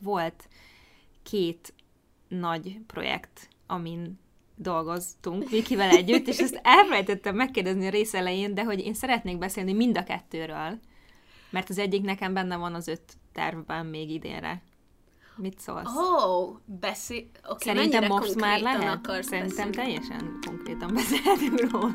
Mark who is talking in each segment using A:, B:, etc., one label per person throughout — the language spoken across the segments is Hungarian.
A: volt 2 nagy projekt, amin dolgoztunk Vikivel együtt, és ezt elfelejtettem megkérdezni a rész elején, de hogy én szeretnék beszélni mind a 2-ről, mert az egyik nekem benne van az 5 tervben még idénre. Mit szólsz?
B: Okay,
A: szerintem most már lehet? Szerintem teljesen konkrétan beszélhetünk róla.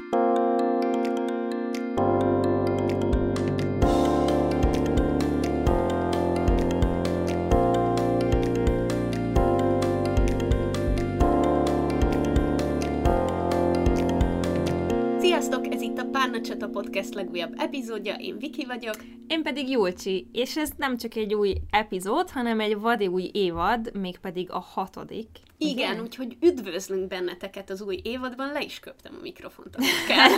B: Sziasztok! Ez itt a Párna Csata Podcast legújabb epizódja, én Viki vagyok.
A: Én pedig Julcsi, és ez nem csak egy új epizód, hanem egy vadi új évad, mégpedig a 6.
B: Igen, ugye? Úgyhogy üdvözlünk benneteket az új évadban, le is köptem a mikrofont, amit kell.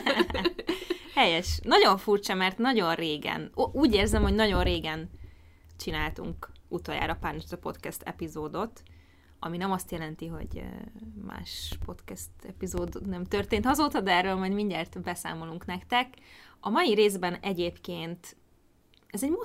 A: Helyes. Nagyon furcsa, mert nagyon régen, úgy érzem, hogy nagyon régen csináltunk utoljára Párna Csata Podcast epizódot, ami nem azt jelenti, hogy más podcast epizód nem történt azóta, de erről majd mindjárt beszámolunk nektek. A mai részben egyébként ez egy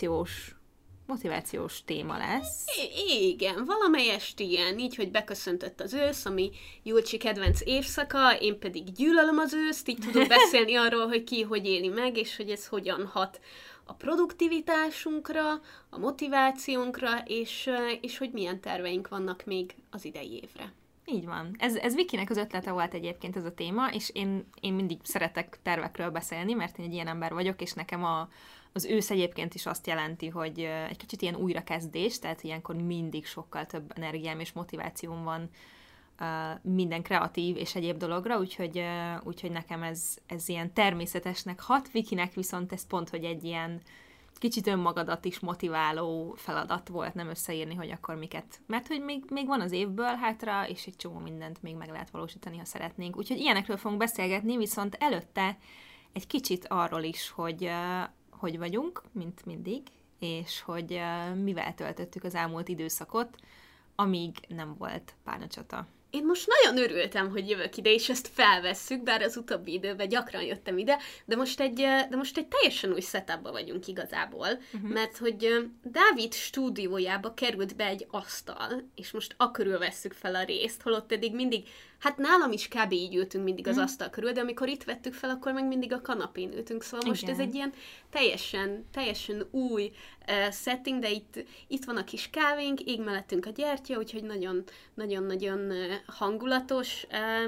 A: motivációs téma lesz.
B: Igen, valamelyest ilyen, így, hogy beköszöntött az ősz, ami Julcsi kedvenc évszaka, én pedig gyűlölöm az őszt, így tudok beszélni arról, hogy ki hogy éli meg, és hogy ez hogyan hat a produktivitásunkra, a motivációnkra, és hogy milyen terveink vannak még az idei évre.
A: Így van. Ez Vikinek az ötlete volt egyébként ez a téma, és én mindig szeretek tervekről beszélni, mert én egy ilyen ember vagyok, és nekem az ősz egyébként is azt jelenti, hogy egy kicsit ilyen újrakezdés, tehát ilyenkor mindig sokkal több energiám és motivációm van minden kreatív és egyéb dologra, úgyhogy nekem ez ilyen természetesnek hat, Vikinek viszont ez pont, hogy egy ilyen kicsit önmagadat is motiváló feladat volt nem összeírni, hogy akkor miket. Mert hogy még van az évből hátra, és egy csomó mindent még meg lehet valósítani, ha szeretnénk. Úgyhogy ilyenekről fogunk beszélgetni, viszont előtte egy kicsit arról is, hogy vagyunk, mint mindig, és hogy mivel töltöttük az elmúlt időszakot, amíg nem volt párnacsata.
B: Én most nagyon örültem, hogy jövök ide, és ezt felvesszük, bár az utóbbi időben gyakran jöttem ide, de most egy teljesen új setupban vagyunk igazából, mert hogy Dávid stúdiójába került be egy asztal, és most akörül vesszük fel a részt, holott eddig mindig, hát nálam is kb. Így ültünk mindig az asztal körül, de amikor itt vettük fel, akkor meg mindig a kanapén ültünk, szóval most ez egy ilyen teljesen új setting, de itt van a kis kávénk, ég mellettünk a gyertya, úgyhogy nagyon-nagyon hangulatos,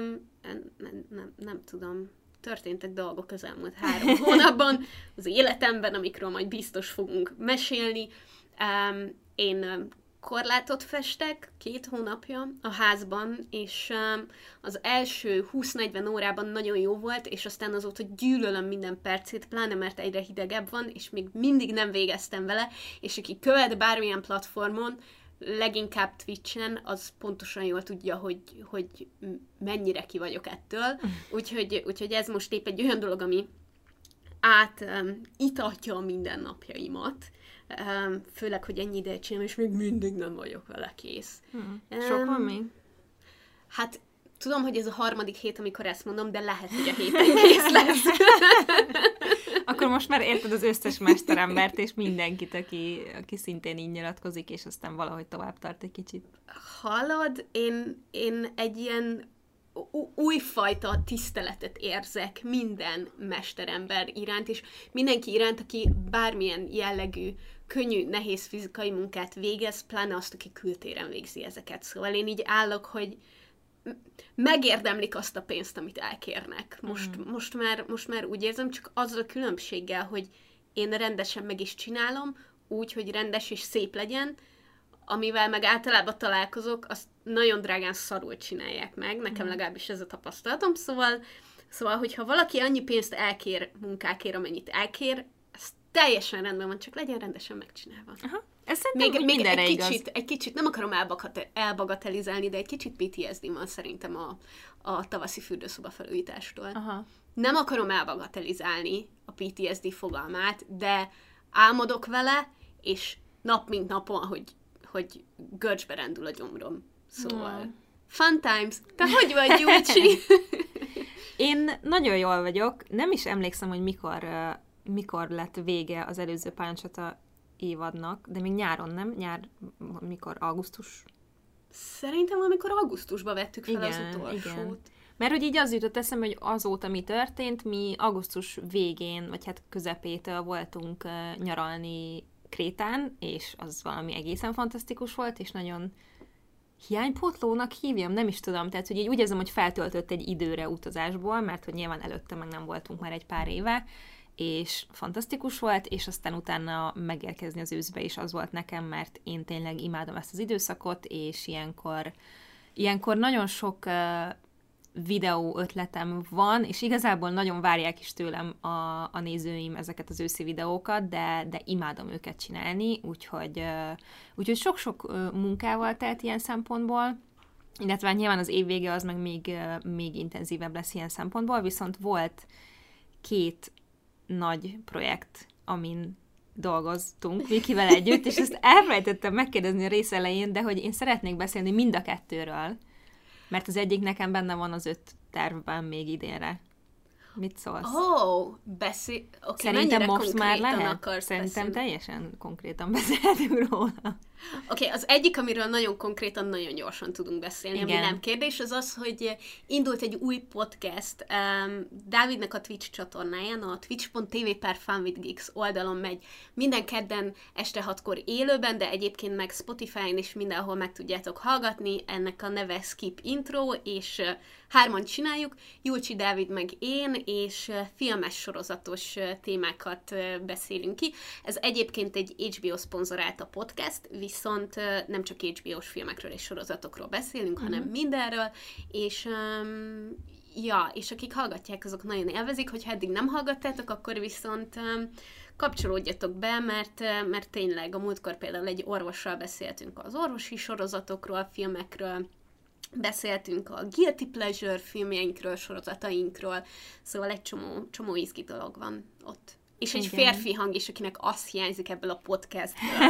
B: nem tudom, történtek dolgok az elmúlt 3 hónapban az életemben, amikről majd biztos fogunk mesélni. Én korlátot festek 2 hónapja a házban, és az első 20-40 órában nagyon jó volt, és aztán azóta gyűlölöm minden percét, pláne mert egyre hidegebb van, és még mindig nem végeztem vele, és aki követ bármilyen platformon, leginkább Twitchen, az pontosan jól tudja, hogy mennyire ki vagyok ettől. Úgyhogy ez most épp egy olyan dolog, ami itatja a mindennapjaimat. Főleg, hogy ennyi ideje csinálom, és még mindig nem vagyok vele kész.
A: Sok van még?
B: Hát tudom, hogy ez a 3. hét, amikor ezt mondom, de lehet, hogy a héten kész lesz.
A: Akkor most már érted az összes mesterembert, és mindenkit, aki szintén így nyilatkozik, és aztán valahogy tovább tart egy kicsit.
B: Hallod, én egy ilyen újfajta tiszteletet érzek minden mesterember iránt, és mindenki iránt, aki bármilyen jellegű, könnyű, nehéz fizikai munkát végez, pláne azt, aki kültéren végzi ezeket. Szóval én így állok, hogy megérdemlik azt a pénzt, amit elkérnek. Most már úgy érzem, csak azzal a különbséggel, hogy én rendesen meg is csinálom, úgy, hogy rendes és szép legyen, amivel meg általában találkozok, azt nagyon drágán szarul csinálják meg, nekem legalábbis ez a tapasztalatom, szóval, hogyha valaki annyi pénzt elkér munkákért, amennyit elkér, ez teljesen rendben van, csak legyen rendesen megcsinálva.
A: Aha. Ez még mindenre
B: egy kicsit, nem akarom elbagatelizálni, de egy kicsit PTSD van szerintem a tavaszi fürdőszoba felújítástól.
A: Aha.
B: Nem akarom elbagatelizálni a PTSD fogalmát, de álmodok vele, és nap mint nap van, hogy görcsbe rendül a gyomrom. Szóval, fun times. Te hogy vagy, Julcsi?
A: Én nagyon jól vagyok. Nem is emlékszem, hogy mikor lett vége az előző párnacsata évadnak, de még nyáron, nem? Mikor augusztus?
B: Szerintem amikor augusztusban vettük fel az utolsót.
A: Igen. Mert hogy így az jutott eszembe, hogy azóta mi történt, mi augusztus végén, vagy hát közepétől voltunk nyaralni Krétán, és az valami egészen fantasztikus volt, és nagyon hiánypótlónak hívjam, nem is tudom, tehát hogy így úgy érzem, hogy feltöltött egy időre utazásból, mert hogy nyilván előtte meg nem voltunk már egy pár éve, és fantasztikus volt, és aztán utána megérkezni az őszbe is az volt nekem, mert én tényleg imádom ezt az időszakot, és ilyenkor nagyon sok videó ötletem van, és igazából nagyon várják is tőlem a nézőim ezeket az őszi videókat, de imádom őket csinálni, úgyhogy sok-sok munkával telt ilyen szempontból, illetve nyilván az év vége az meg még intenzívebb lesz ilyen szempontból, viszont volt 2 nagy projekt, amin dolgoztunk Vikivel együtt, és ezt elfelejtettem megkérdezni a rész elején, de hogy én szeretnék beszélni mind a 2-ről, mert az egyik nekem benne van az 5 tervben még idénre. Mit szólsz?
B: Okay,
A: szerintem most már lehet? Szerintem
B: beszélni?
A: Teljesen konkrétan beszélhetünk róla.
B: Oké, az egyik, amiről nagyon konkrétan, nagyon gyorsan tudunk beszélni, igen. Ami nem kérdés, az az, hogy indult egy új podcast Dávidnek a Twitch csatornáján, a twitch.tv/FunWithGeeks oldalon megy minden kedden este 6-kor élőben, de egyébként meg Spotify-n is mindenhol meg tudjátok hallgatni. Ennek a neve Skip Intro, és 3-an csináljuk, Julcsi, Dávid meg én, és filmes sorozatos témákat beszélünk ki. Ez egyébként egy HBO szponzorált a podcast, viszont nem csak HBO-s filmekről és sorozatokról beszélünk, hanem mindenről, és és akik hallgatják, azok nagyon élvezik, hogyha eddig nem hallgattátok, akkor viszont kapcsolódjatok be, mert tényleg a múltkor például egy orvossal beszéltünk az orvosi sorozatokról, filmekről, beszéltünk a Guilty Pleasure filmjeinkről, sorozatainkról, szóval egy csomó izgi dolog van ott. És egy férfi hang is, akinek az hiányzik ebből a podcastből.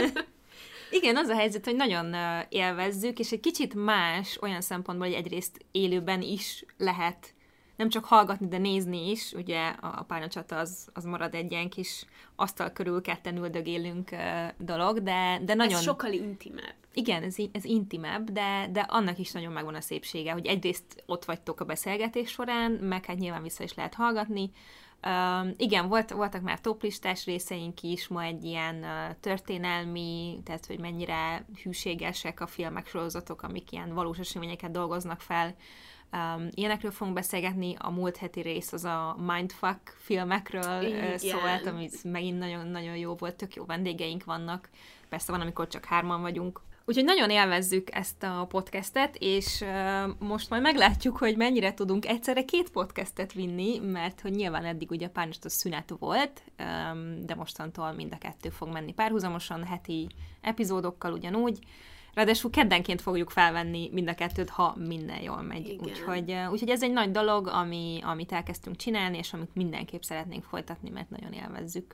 A: Igen, az a helyzet, hogy nagyon élvezzük, és egy kicsit más olyan szempontból, hogy egyrészt élőben is lehet nem csak hallgatni, de nézni is. Ugye a párnacsata az marad egy ilyen kis asztal körül ketten üldögélünk dolog, de nagyon...
B: Ez sokkal intimebb.
A: Igen, ez intimebb, de annak is nagyon megvan a szépsége, hogy egyrészt ott vagytok a beszélgetés során, meg hát nyilván vissza is lehet hallgatni. Igen, voltak már toplistás részeink is, ma egy ilyen történelmi, tehát hogy mennyire hűségesek a filmek, sorozatok, amik ilyen valós eseményeket dolgoznak fel. Ilyenekről fogunk beszélgetni, a múlt heti rész az a Mindfuck filmekről szólt, ami megint nagyon-nagyon jó volt, tök jó vendégeink vannak, persze van, amikor csak 3-an vagyunk. Úgyhogy nagyon élvezzük ezt a podcastet, és most majd meglátjuk, hogy mennyire tudunk egyszerre 2 podcastet vinni, mert hogy nyilván eddig ugye párnatos szünet volt, de mostantól mind a 2 fog menni párhuzamosan, heti epizódokkal ugyanúgy. Ráadásul keddenként fogjuk felvenni mind a 2-t, ha minden jól megy. Úgyhogy ez egy nagy dolog, amit elkezdtünk csinálni, és amit mindenképp szeretnénk folytatni, mert nagyon élvezzük.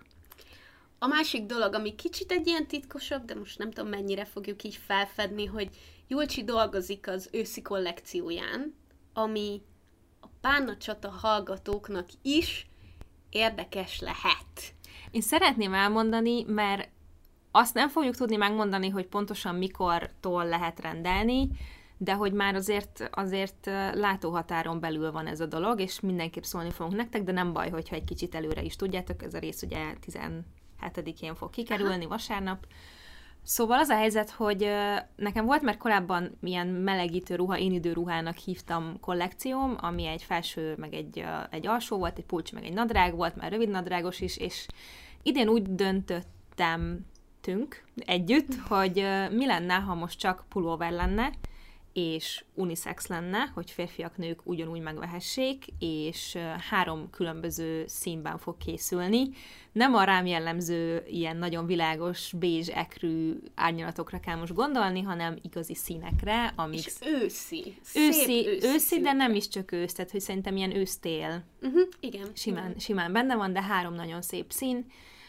B: A másik dolog, ami kicsit egy ilyen titkosabb, de most nem tudom mennyire fogjuk így felfedni, hogy Julcsi dolgozik az őszi kollekcióján, ami a Párnacsata hallgatóknak is érdekes lehet.
A: Én szeretném elmondani, mert azt nem fogjuk tudni megmondani, hogy pontosan mikortól lehet rendelni, de hogy már azért látóhatáron belül van ez a dolog, és mindenképp szólni fogunk nektek, de nem baj, hogyha egy kicsit előre is tudjátok, ez a rész ugye 17-én fog kikerülni, vasárnap. Szóval az a helyzet, hogy nekem volt már korábban ilyen melegítő ruha, én időruhának hívtam kollekcióm, ami egy felső, meg egy alsó volt, egy pulcsi, meg egy nadrág volt, már rövid nadrágos is, és idén úgy döntöttem együtt, hogy mi lenne, ha most csak pulóver lenne, és unisex lenne, hogy férfiak, nők ugyanúgy megvehessék, és 3 különböző színben fog készülni. Nem a rám jellemző ilyen nagyon világos, bézs, ekrű árnyalatokra kell most gondolni, hanem igazi színekre, amik...
B: És őszi.
A: Őszi, de nem is csak ősz, tehát hogy szerintem ilyen ősztél.
B: Igen.
A: Simán benne van, de 3 nagyon szép szín.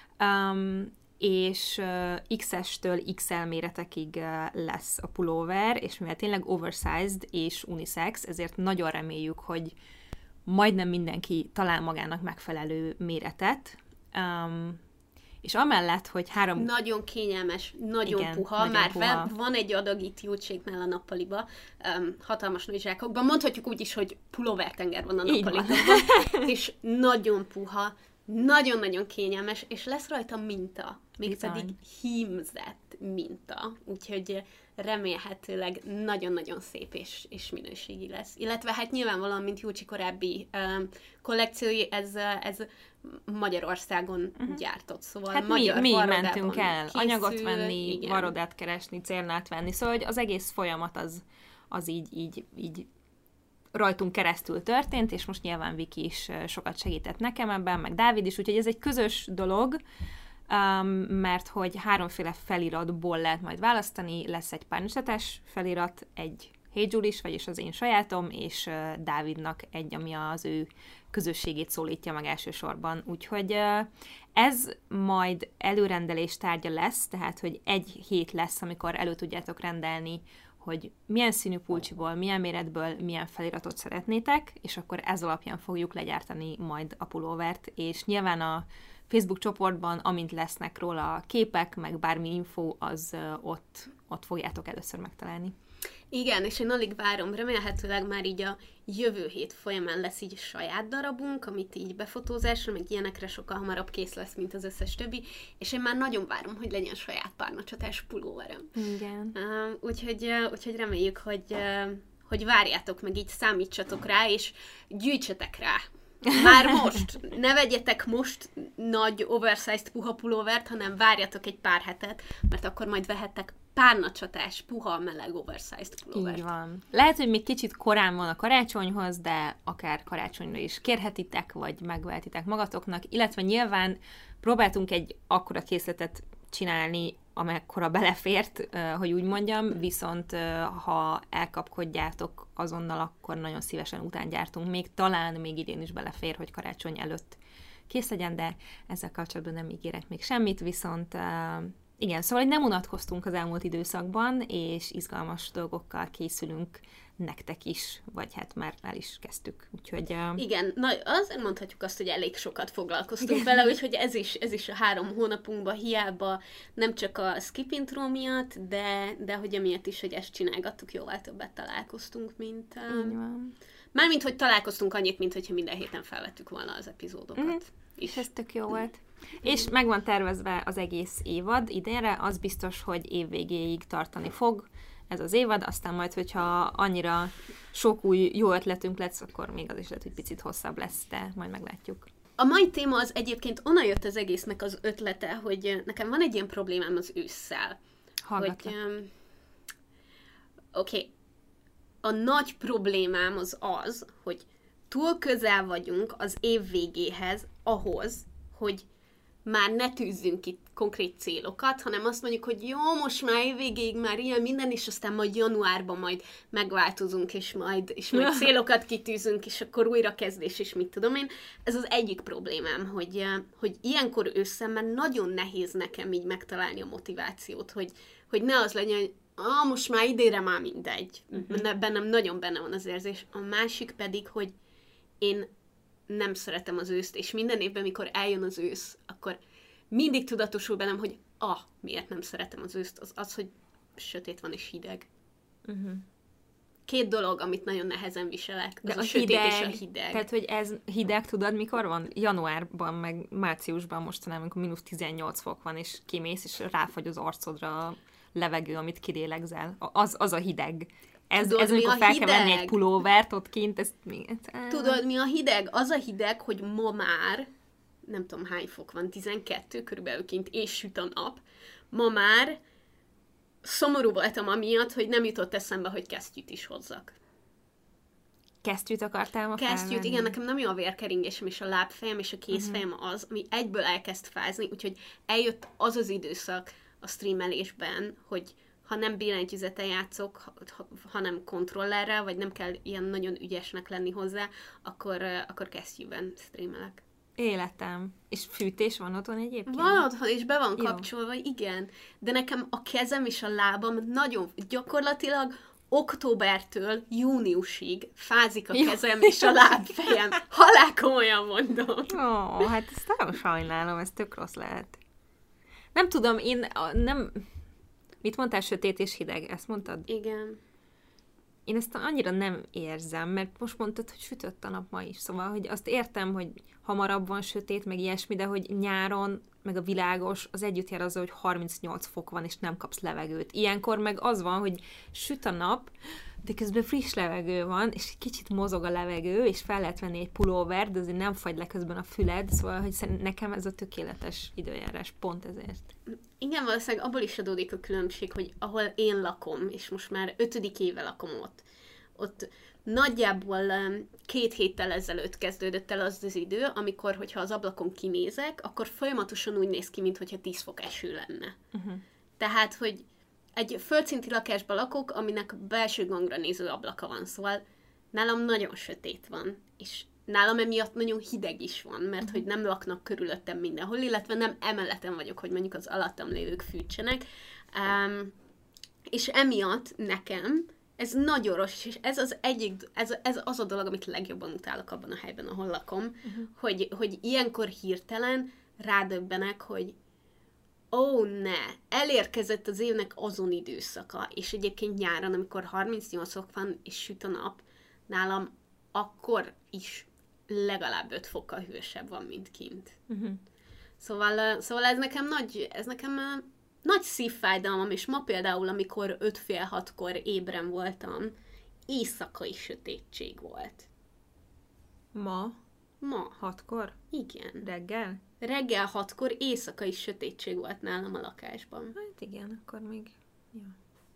A: És XS-től XL méretekig lesz a pulóver, és mivel tényleg oversized és unisex, ezért nagyon reméljük, hogy majdnem mindenki talál magának megfelelő méretet. És amellett, hogy 3...
B: Nagyon kényelmes, nagyon
A: Igen,
B: puha,
A: nagyon
B: már
A: puha.
B: van egy adag itt Júlcséknál a nappaliba, hatalmas nagy zsákokban, mondhatjuk úgy is, hogy pulóvertenger van a
A: Így van.
B: nappalitokban, és nagyon puha, nagyon-nagyon kényelmes, és lesz rajta minta, mégpedig hímzett minta, úgyhogy remélhetőleg nagyon-nagyon szép és minőségi lesz. Illetve hát nyilvánvalóan, mint Júcsi korábbi kollekciói, ez Magyarországon gyártott, szóval
A: Hát
B: magyar
A: mi
B: varodában
A: mentünk el
B: készül,
A: anyagot venni,
B: igen.
A: varodát keresni, cérnát venni, szóval hogy az egész folyamat az így rajtunk keresztül történt, és most nyilván Viki is sokat segített nekem ebben, meg Dávid is, úgyhogy ez egy közös dolog, mert hogy 3 feliratból lehet majd választani, lesz egy párnittatás felirat, egy Hey Julie-s, vagyis az én sajátom, és Dávidnak egy, ami az ő közösségét szólítja meg elsősorban. Úgyhogy ez majd előrendelés tárgya lesz, tehát hogy egy hét lesz, amikor elő tudjátok rendelni, hogy milyen színű pulcsiból, milyen méretből, milyen feliratot szeretnétek, és akkor ez alapján fogjuk legyártani majd a pulóvert, és nyilván a Facebook csoportban, amint lesznek róla képek, meg bármi info, az ott fogjátok először megtalálni.
B: Igen, és én alig várom, remélhetőleg már így a jövő hét folyamán lesz így saját darabunk, amit így befotózásra, meg ilyenekre sokkal hamarabb kész lesz, mint az összes többi, és én már nagyon várom, hogy legyen saját párnacsatás pulóverem.
A: Igen.
B: Úgyhogy reméljük, hogy várjátok meg, így számítsatok rá, és gyűjtsetek rá. Már most! Ne vegyetek most nagy oversized puha pulóvert, hanem várjatok egy pár hetet, mert akkor majd vehettek párnacsatás, puha, meleg oversized pulóvert.
A: Így van. Lehet, hogy még kicsit korán van a karácsonyhoz, de akár karácsonyra is kérhetitek, vagy megvehetitek magatoknak, illetve nyilván próbáltunk egy akkora készletet csinálni, amekkora belefért, hogy úgy mondjam, viszont ha elkapkodjátok azonnal, akkor nagyon szívesen után gyártunk. Talán még idén is belefér, hogy karácsony előtt kész legyen, de ezzel kapcsolatban nem ígérek még semmit, viszont igen, szóval nem unatkoztunk az elmúlt időszakban, és izgalmas dolgokkal készülünk nektek is, vagy hát már el is kezdtük. Úgyhogy...
B: Igen, azért mondhatjuk azt, hogy elég sokat foglalkoztunk vele, úgyhogy ez is a 3 hónapunkban hiába nem csak a skip intro miatt, de hogy emiatt is, hogy ezt csinálgattuk, jóval többet találkoztunk, mint... Mármint, hogy találkoztunk annyit, mint hogyha minden héten felvettük volna az epizódokat.
A: És ez tök jó volt. És meg van tervezve az egész évad idénre, az biztos, hogy évvégéig tartani fog ez az évad, aztán majd, hogyha annyira sok új jó ötletünk lesz, akkor még az is lehet, hogy picit hosszabb lesz, de majd meglátjuk.
B: A mai téma az egyébként onnan jött az egésznek az ötlete, hogy nekem van egy ilyen problémám az ősszel.
A: Hallgatlak.
B: Oké. A nagy problémám az, hogy túl közel vagyunk az év végéhez ahhoz, hogy már ne tűzzünk ki konkrét célokat, hanem azt mondjuk, hogy jó, most már évvégéig már ilyen minden, és aztán majd januárban majd megváltozunk, és majd célokat kitűzünk, és akkor újra kezdés, és mit tudom én. Ez az egyik problémám, hogy ilyenkor ősszel már nagyon nehéz nekem így megtalálni a motivációt, hogy ne az legyen, hogy most már idénre már mindegy. Bennem nagyon benne van az érzés. A másik pedig, hogy én nem szeretem az őszt, és minden évben, mikor eljön az ősz, akkor mindig tudatosul bennem, hogy miért nem szeretem az őszt, az, hogy sötét van és hideg. 2 dolog, amit nagyon nehezen viselek, az a sötét hideg, és a hideg.
A: Tehát, hogy ez hideg, tudod, mikor van? Januárban, meg márciusban mostanában, amikor -18 fok van, és kimész, és ráfagy az arcodra a levegő, amit kilélegzel. Az a hideg. Ez amikor fel kell venni egy pulóvert ott kint, ezt még...
B: Tudod, mi a hideg? Az a hideg, hogy ma már, nem tudom hány fok van, 12 körülbelül kint, és süt a nap. Ma már szomorú voltam amiatt, hogy nem jutott eszembe, hogy kesztyűt is hozzak.
A: Kesztyűt akartál ma felvenni?
B: Kesztyűt, igen, nekem nem jó a vérkeringésem, és a lábfejem, és a kézfejem az, ami egyből elkezd fázni, úgyhogy eljött az az időszak a streamelésben, hogy ha nem billentyűzeten játszok, hanem kontrollerrel, vagy nem kell ilyen nagyon ügyesnek lenni hozzá, akkor kesztyűben streamelek.
A: Életem. És fűtés van otthon egyébként?
B: Van otthon, és be van kapcsolva, igen. De nekem a kezem és a lábam nagyon, gyakorlatilag októbertől júniusig fázik a kezem és a lábfejem. Halál komolyan mondom.
A: Hát ezt nagyon sajnálom, ez tök rossz lehet. Nem tudom, nem... Mit mondtál, sötét és hideg? Ezt mondtad?
B: Igen.
A: Én ezt annyira nem érzem, mert most mondtad, hogy sütött a nap ma is, szóval, hogy azt értem, hogy hamarabb van sötét, meg ilyesmi, de hogy nyáron, meg a világos, az együtt jár azzal, hogy 38 fok van, és nem kapsz levegőt. Ilyenkor meg az van, hogy süt a nap, de közben friss levegő van, és kicsit mozog a levegő, és fel lehet venni egy pulóvert, de azért nem fagy le közben a füled, szóval, hogy nekem ez a tökéletes időjárás, pont ezért.
B: Igen, valószínűleg abból is adódik a különbség, hogy ahol én lakom, és most már 5. éve lakom ott nagyjából 2 héttel ezelőtt kezdődött el az idő, amikor, hogyha az ablakon kinézek, akkor folyamatosan úgy néz ki, mintha 10 fok eső lenne. Tehát, hogy egy földszinti lakásban lakok, aminek belső gangra néző ablaka van, szóval nálam nagyon sötét van, és nálam emiatt nagyon hideg is van, mert hogy nem laknak körülöttem mindenhol, illetve nem emeleten vagyok, hogy mondjuk az alattam lévők fűtsenek. És emiatt nekem ez nagyon rossz, és ez az egyik, ez az a dolog, amit legjobban utálok abban a helyben, ahol lakom, hogy ilyenkor hirtelen rádöbbenek, hogy elérkezett az évnek azon időszaka, és egyébként nyáron, amikor 38 fok van, és süt a nap, nálam akkor is legalább 5 fokkal hősebb van, mint kint. Szóval ez nekem nagy szívfájdalmam, és ma például, amikor 5-6-kor ébren voltam, éjszakai sötétség volt.
A: Ma?
B: Ma.
A: 6-kor?
B: Igen.
A: Reggel?
B: Reggel 6-kor éjszakai sötétség volt nálam a lakásban.
A: Hát igen, akkor még... Ja.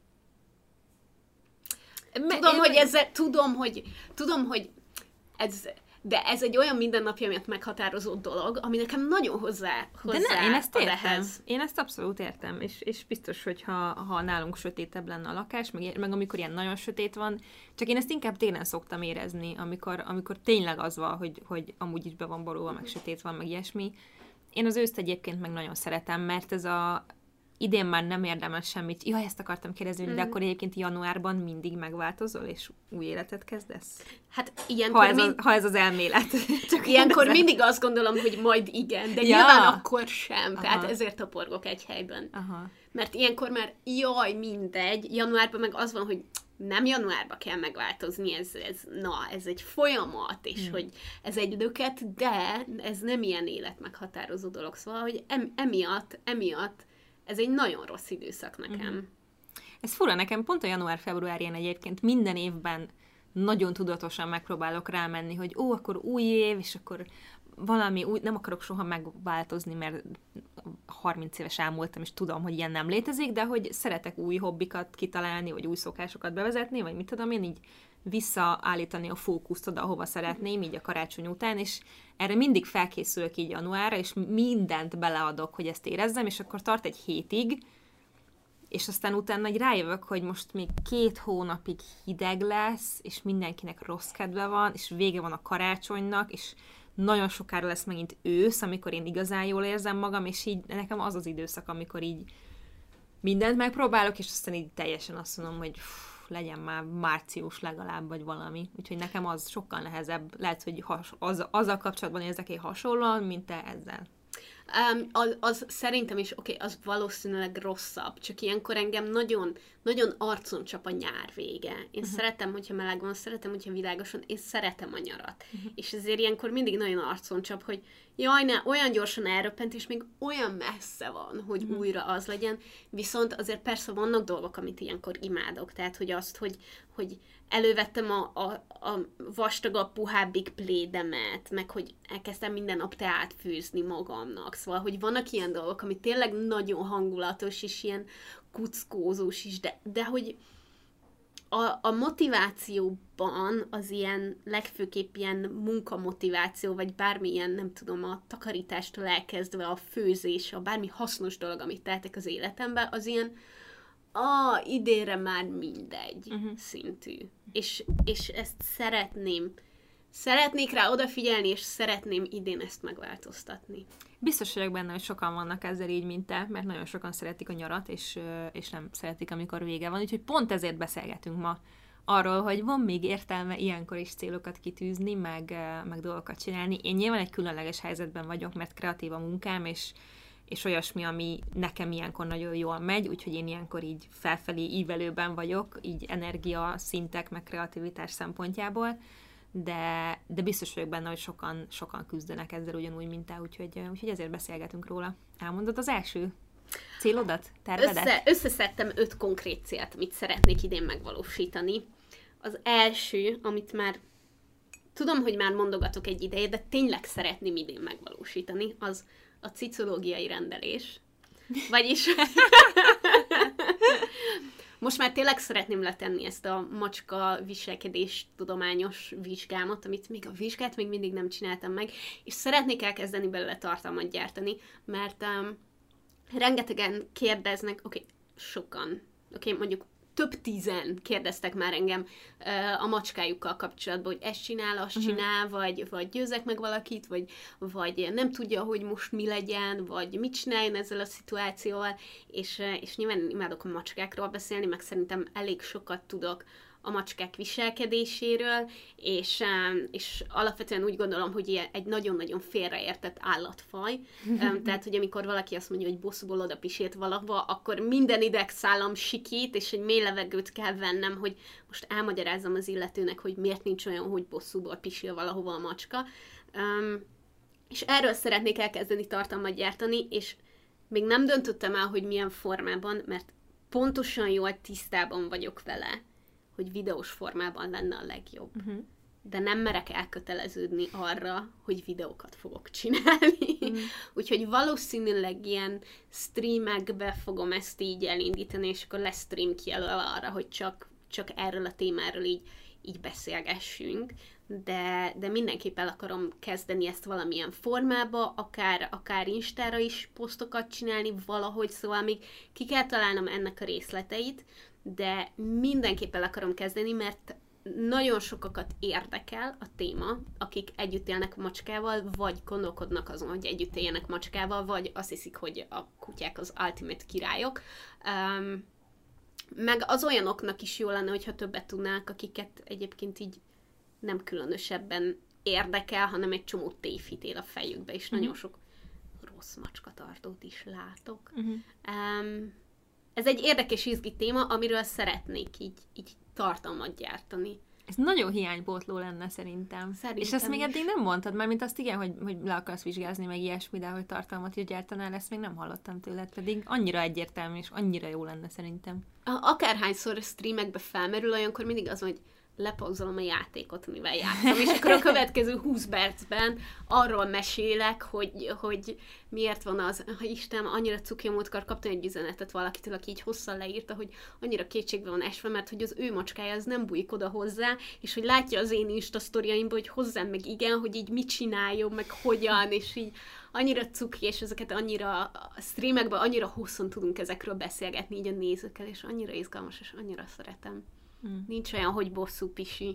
B: Tudom, hogy ez... De ez egy olyan mindennapja miatt meghatározó dolog, ami nekem nagyon hozzá
A: de ne, én ezt értem.
B: Ehhez.
A: Én ezt abszolút értem, és biztos, hogy ha nálunk sötétebb lenne a lakás, meg amikor ilyen nagyon sötét van, csak én ezt inkább télen szoktam érezni, amikor tényleg az van, hogy amúgy is be van borulva, meg sötét van, meg ilyesmi. Én az őszt egyébként meg nagyon szeretem, mert ez idén már nem érdemes semmit. Jaj, ezt akartam kérdezni, de akkor egyébként januárban mindig megváltozol, és új életet kezdesz?
B: Hát ilyenkor...
A: Ha ez az elmélet.
B: Csak ilyenkor mindig azt gondolom, hogy majd igen, de nyilván akkor sem. Aha. Tehát ezért taporgok egy helyben.
A: Aha.
B: Mert ilyenkor már mindegy. Januárban meg az van, hogy nem januárban kell megváltozni, ez egy folyamat, és hogy ez egy löket, de ez nem ilyen életmeghatározó dolog. Szóval, hogy emiatt ez egy nagyon rossz időszak nekem.
A: Ez fura, nekem pont a január-februárján egyébként minden évben nagyon tudatosan megpróbálok rámenni, hogy akkor új év, és akkor valami új, nem akarok soha megváltozni, mert 30 éves elmúltam, és tudom, hogy ilyen nem létezik, de hogy szeretek új hobbikat kitalálni, vagy új szokásokat bevezetni, vagy mit tudom én, így visszaállítani a fókuszt oda, ahova szeretném, így a karácsony után, és erre mindig felkészülök így januárra, és mindent beleadok, hogy ezt érezzem, és akkor tart egy hétig, és aztán utána így rájövök, hogy most még 2 hónapig hideg lesz, és mindenkinek rossz kedve van, és vége van a karácsonynak, és nagyon sokára lesz megint ősz, amikor én igazán jól érzem magam, és így nekem az az időszak, amikor így mindent megpróbálok, és aztán így teljesen azt mondom, hogy legyen már március legalább, vagy valami. Úgyhogy nekem az sokkal nehezebb. Lehet, hogy azzal kapcsolatban érzek én hasonlóan, mint te ezzel.
B: Az szerintem is, az valószínűleg rosszabb, csak ilyenkor engem nagyon, nagyon arcon csap a nyár vége. Én szeretem, hogyha meleg van, szeretem, hogyha világosan, én szeretem a nyarat. És ezért ilyenkor mindig nagyon arcon csap, hogy jaj, ne, olyan gyorsan elröppent, és még olyan messze van, hogy újra az legyen. Viszont azért persze vannak dolgok, amit ilyenkor imádok. Tehát, hogy azt, hogy elővettem a vastagabb, puhábbik plédemet, meg hogy elkezdtem minden nap teát főzni magamnak. Szóval, hogy vannak ilyen dolgok, ami tényleg nagyon hangulatos, és ilyen kuckózós is, de hogy a motivációban az ilyen, legfőképp ilyen munkamotiváció, vagy bármilyen, nem tudom, a takarítástól elkezdve a főzés, a bármi hasznos dolog, amit tehetek az életemben, az ilyen idénre már mindegy szintű. És ezt szeretnék rá odafigyelni, és szeretném idén ezt megváltoztatni.
A: Biztos vagyok benne, hogy sokan vannak ezzel így, mint te, mert nagyon sokan szeretik a nyarat, és nem szeretik, amikor vége van. Úgyhogy pont ezért beszélgetünk ma arról, hogy van még értelme ilyenkor is célokat kitűzni, meg dolgokat csinálni. Én nyilván egy különleges helyzetben vagyok, mert kreatív a munkám, és olyasmi, ami nekem ilyenkor nagyon jól megy, úgyhogy én ilyenkor így felfelé ívelőben vagyok, így energia szintek, meg kreativitás szempontjából, de biztos vagyok benne, hogy sokan küzdenek ezzel ugyanúgy, mint te, úgyhogy ezért beszélgetünk róla. Elmondod az első célodat, tervedet?
B: Összeszedtem 5 konkrét célt, amit szeretnék idén megvalósítani. Az első, amit már tudom, hogy már mondogatok egy ideje, de tényleg szeretném idén megvalósítani, az a cicológiai rendelés. Vagyis most már tényleg szeretném letenni ezt a macska viselkedés tudományos vizsgámat, amit még a vizsgát még mindig nem csináltam meg, és szeretnék elkezdeni belőle tartalmat gyártani, mert rengetegen kérdeznek, sokan, mondjuk több 10 kérdeztek már engem a macskájukkal kapcsolatban, hogy ezt csinál, azt csinál, vagy győzek meg valakit, vagy nem tudja, hogy most mi legyen, vagy mit csináljon ezzel a szituációval, és nyilván imádok a macskákról beszélni, meg szerintem elég sokat tudok a macskák viselkedéséről, és alapvetően úgy gondolom, hogy egy nagyon-nagyon félreértett állatfaj. Tehát, hogy amikor valaki azt mondja, hogy bosszúból oda pisélt valahova, akkor minden idegszálam sikít, és egy mély levegőt kell vennem, hogy most elmagyarázzam az illetőnek, hogy miért nincs olyan, hogy bosszúból pisil valahova a macska. És erről szeretnék elkezdeni tartalmat gyártani, és még nem döntöttem el, hogy milyen formában, mert pontosan jól tisztában vagyok vele, hogy videós formában lenne a legjobb. De nem merek elköteleződni arra, hogy videókat fogok csinálni. Úgyhogy valószínűleg ilyen streamekbe fogom ezt így elindítani, és akkor lesz stream kijelölve arra, hogy csak erről a témáról így beszélgessünk. De mindenképp el akarom kezdeni ezt valamilyen formába, akár Instára is posztokat csinálni valahogy, szóval még ki kell találnom ennek a részleteit, de mindenképp el akarom kezdeni, mert nagyon sokakat érdekel a téma, akik együtt élnek macskával, vagy gondolkodnak azon, hogy együtt éljenek macskával, vagy azt hiszik, hogy a kutyák az ultimate királyok. Meg az olyanoknak is jó lenne, hogyha többet tudnák, akiket egyébként így nem különösebben érdekel, hanem egy csomó tévhit él a fejükbe, és nagyon sok rossz macskatartót is látok. Ez egy érdekes, izgi téma, amiről szeretnék így tartalmat gyártani.
A: Ez nagyon hiánypótló lenne szerintem. És ezt még eddig nem mondtad, már mint azt igen, hogy le akarsz vizsgázni, meg ilyesmi, de hogy tartalmat is gyártanál, ezt még nem hallottam tőled, pedig annyira egyértelmű, és annyira jó lenne szerintem.
B: Akárhányszor streamekbe felmerül, olyankor mindig az, hogy lepauzolom a játékot, amivel játszom, és akkor a következő 20 percben arról mesélek, hogy miért van az, Isten, annyira cuki, a múltkor kaptam egy üzenetet valakitől, aki így hosszan leírta, hogy annyira kétségbe van esve, mert hogy az ő macskája az nem bújik oda hozzá, és hogy látja az én Insta sztoriaimban, hogy hozzám meg igen, hogy így mit csináljon, meg hogyan, és így annyira cuki, és ezeket annyira a streamekben annyira hosszan tudunk ezekről beszélgetni így a nézőkkel, és annyira izgalmas, és annyira szeretem. Nincs olyan, hogy bosszú pisi.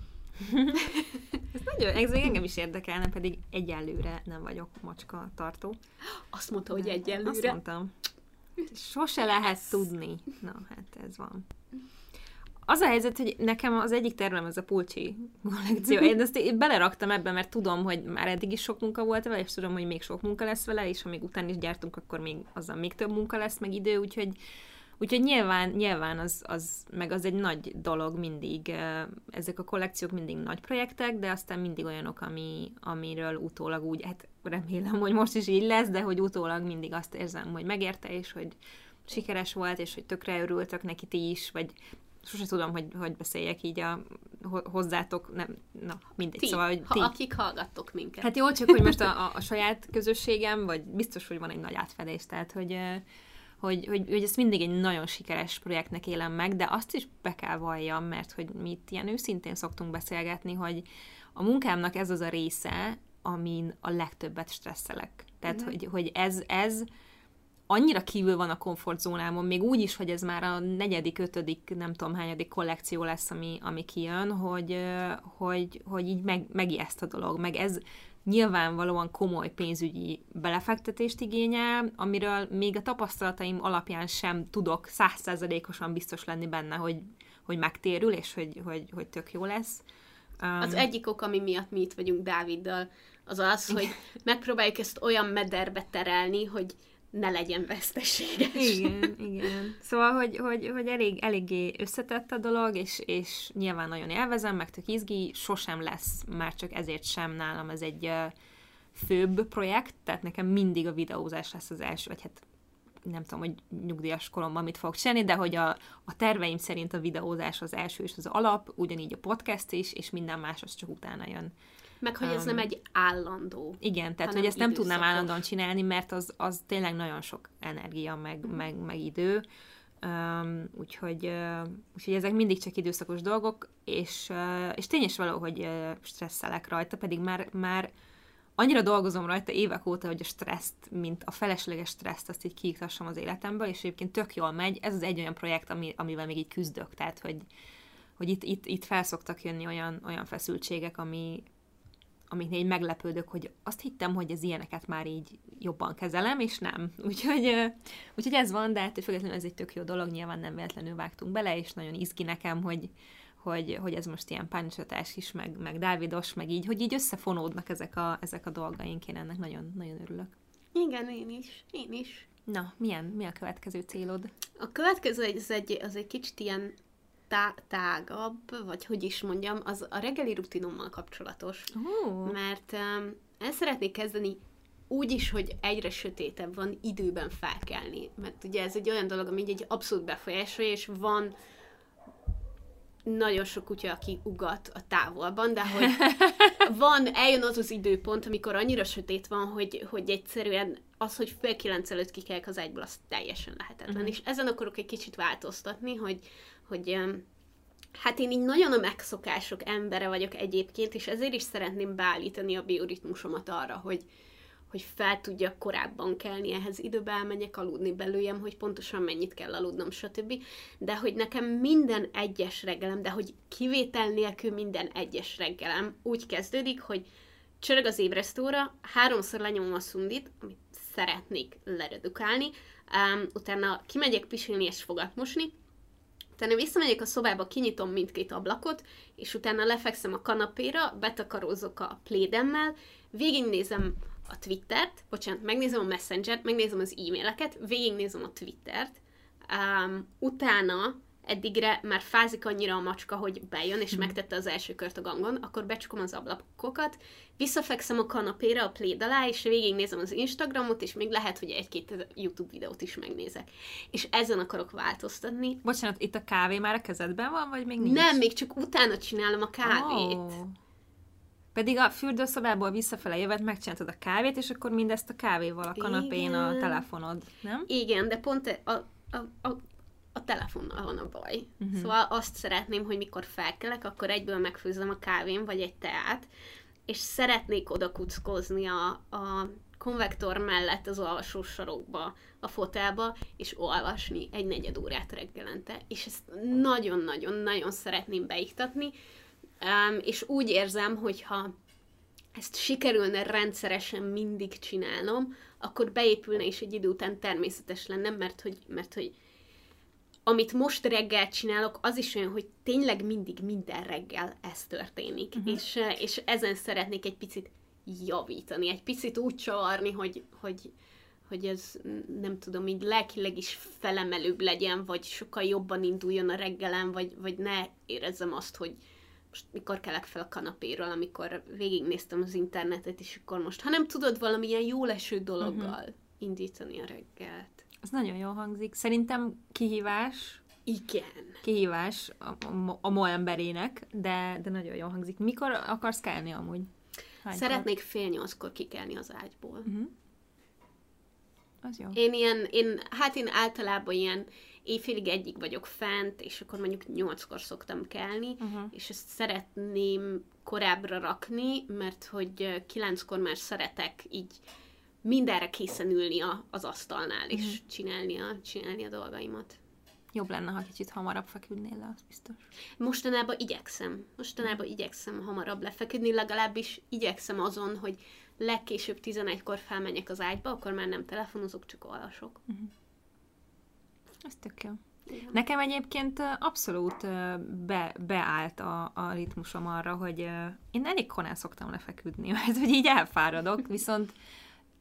A: Ez engem is érdekelne, pedig egyelőre nem vagyok macska tartó.
B: Azt mondta, hogy egyelőre.
A: Azt mondtam. Sose lehet tudni. Na, hát ez van. Az a helyzet, hogy nekem az egyik tervem ez a pulcsi kollekció. Én ezt beleraktam ebbe, mert tudom, hogy már eddig is sok munka volt vele, és tudom, hogy még sok munka lesz vele, és ha még után is gyártunk, akkor még azzal még több munka lesz, meg idő, úgyhogy nyilván az egy nagy dolog mindig, ezek a kollekciók mindig nagy projektek, de aztán mindig olyanok, amiről utólag úgy, hát remélem, hogy most is így lesz, de hogy utólag mindig azt érzem, hogy megérte, és hogy sikeres volt, és hogy tökre örültök neki ti is, vagy sose tudom, hogy beszéljek így hozzátok, nem, na, mindegy. Szóval, hogy ti.
B: Akik hallgattok minket.
A: Hát jó, csak hogy most a saját közösségem, vagy biztos, hogy van egy nagy átfedés, tehát, hogy ezt mindig egy nagyon sikeres projektnek élem meg, de azt is be kell valljam, mert hogy mi itt ilyen őszintén szoktunk beszélgetni, hogy a munkámnak ez az a része, amin a legtöbbet stresszelek. Tehát, hogy ez annyira kívül van a komfortzónámon, még úgy is, hogy ez már a 4., 5., nem tudom hányadik kollekció lesz, ami kijön, hogy így megijeszt a dolog, meg ez nyilvánvalóan komoly pénzügyi belefektetést igényel, amiről még a tapasztalataim alapján sem tudok 100%-osan biztos lenni benne, hogy megtérül, és hogy tök jó lesz.
B: Az egyik ok, ami miatt mi itt vagyunk Dáviddal, az, hogy megpróbáljuk ezt olyan mederbe terelni, hogy ne legyen veszteséges.
A: Igen. Szóval, hogy eléggé összetett a dolog, és nyilván nagyon élvezem, meg tök izgi, sosem lesz, már csak ezért sem nálam ez egy főbb projekt, tehát nekem mindig a videózás lesz az első, vagy hát nem tudom, hogy nyugdíjas koromban mit fogok csinálni, de hogy a terveim szerint a videózás az első és az alap, ugyanígy a podcast is, és minden más az csak utána jön.
B: Meg, hogy ez nem egy állandó.
A: Igen, tehát, hogy ezt nem tudnám állandóan csinálni, mert az tényleg nagyon sok energia, meg idő. Úgyhogy ezek mindig csak időszakos dolgok, és tényleg valahogy stresszelek rajta, pedig már annyira dolgozom rajta évek óta, hogy a stresszt, mint a felesleges stresszt, azt így kiiktassam az életemből, és egyébként tök jól megy. Ez az egy olyan projekt, amivel még így küzdök, tehát, hogy itt felszoktak jönni olyan feszültségek, amiknél így meglepődök, hogy azt hittem, hogy az ilyeneket már így jobban kezelem, és nem. Úgyhogy ez van, de hát függetlenül ez egy tök jó dolog, nyilván nem véletlenül vágtunk bele, és nagyon izgi nekem, hogy ez most ilyen pánicsatás is, meg Dávidos, meg így, hogy így összefonódnak ezek a dolgaink, én ennek nagyon, nagyon örülök.
B: Igen, én is.
A: Na, mi a következő célod?
B: A következő az egy kicsit ilyen tágabb, vagy hogy is mondjam, az a reggeli rutinommal kapcsolatos. Mert el szeretnék kezdeni úgy is, hogy egyre sötétebb van időben felkelni. Mert ugye ez egy olyan dolog, ami egy abszolút befolyásolja, és van nagyon sok kutya, aki ugat a távolban, de hogy eljön az időpont, amikor annyira sötét van, hogy egyszerűen az, hogy fél 9 előtt kikelek az ágyból, az teljesen lehetetlen. És ezen akarok egy kicsit változtatni, hogy hát én így nagyon a megszokások embere vagyok egyébként, és ezért is szeretném beállítani a bioritmusomat arra, hogy fel tudjak korábban kelni, ehhez időbe elmenjek aludni belőjem, hogy pontosan mennyit kell aludnom, stb. De hogy nekem minden egyes reggelem, de hogy kivétel nélkül minden egyes reggelem úgy kezdődik, hogy csörög az ébresztóra, 3-szor lenyomom a szundit, amit szeretnék leredukálni, utána kimegyek pisilni és fogat mosni, utána visszamegyek a szobába, kinyitom mindkét ablakot, és utána lefekszem a kanapéra, betakarózok a plédemmel, végignézem a Twittert, megnézem a Messengert, megnézem az e-maileket, végignézem a Twittert, utána eddigre már fázik annyira a macska, hogy bejön, és megtette az első kört a gangon, akkor becsukom az ablakokat, visszafekszem a kanapéra a pléd alá, és végignézem az Instagramot, és még lehet, hogy egy-két YouTube videót is megnézek. És ezen akarok változtatni.
A: Bocsánat, itt a kávé már a kezedben van, vagy még nincs?
B: Nem, még csak utána csinálom a kávét.
A: Pedig a fürdőszobából visszafele jövet, megcsináltad a kávét, és akkor mindezt a kávéval a kanapén a telefonod, nem?
B: Igen, de pont a telefonnal van a baj. Szóval azt szeretném, hogy mikor felkelek, akkor egyből megfőzzem a kávém, vagy egy teát, és szeretnék oda kuckozni a konvektor mellett az alsós sarokba, a fotelba, és olvasni egy 4 órát reggelente. És ezt nagyon-nagyon-nagyon szeretném beiktatni, és úgy érzem, hogyha ezt sikerülne rendszeresen mindig csinálnom, akkor beépülne, és egy idő után természetes lenne, mert hogy amit most reggel csinálok, az is olyan, hogy tényleg mindig minden reggel ez történik. És ezen szeretnék egy picit javítani, egy picit úgy csavarni, hogy ez, nem tudom, így lelkileg is felemelőbb legyen, vagy sokkal jobban induljon a reggelem, vagy ne érezzem azt, hogy most mikor kelek fel a kanapéről, amikor végignéztem az internetet, és akkor most, ha nem tudod valamilyen jól eső dologgal indítani a reggelt.
A: Ez nagyon jól hangzik. Szerintem kihívás.
B: Igen.
A: Kihívás a ma emberének, de nagyon jól hangzik. Mikor akarsz kelni amúgy? Hánykor?
B: Szeretnék 7:30-kor kikelni az ágyból.
A: Az jó.
B: Én általában ilyen éjfélig 1-ig vagyok fent, és akkor mondjuk 8-kor szoktam kelni, és ezt szeretném korábbra rakni, mert hogy 9-kor már szeretek így mindenre készen ülni az asztalnál, és csinálni a dolgaimat.
A: Jobb lenne, ha kicsit hamarabb feküdnél le, az biztos.
B: Mostanában igyekszem hamarabb lefeküdni, legalábbis igyekszem azon, hogy legkésőbb 11-kor felmenjek az ágyba, akkor már nem telefonozok, csak olvasok.
A: Ez tök jó. Igen. Nekem egyébként abszolút beállt a ritmusom arra, hogy én elég korán szoktam lefeküdni, mert hogy így elfáradok, viszont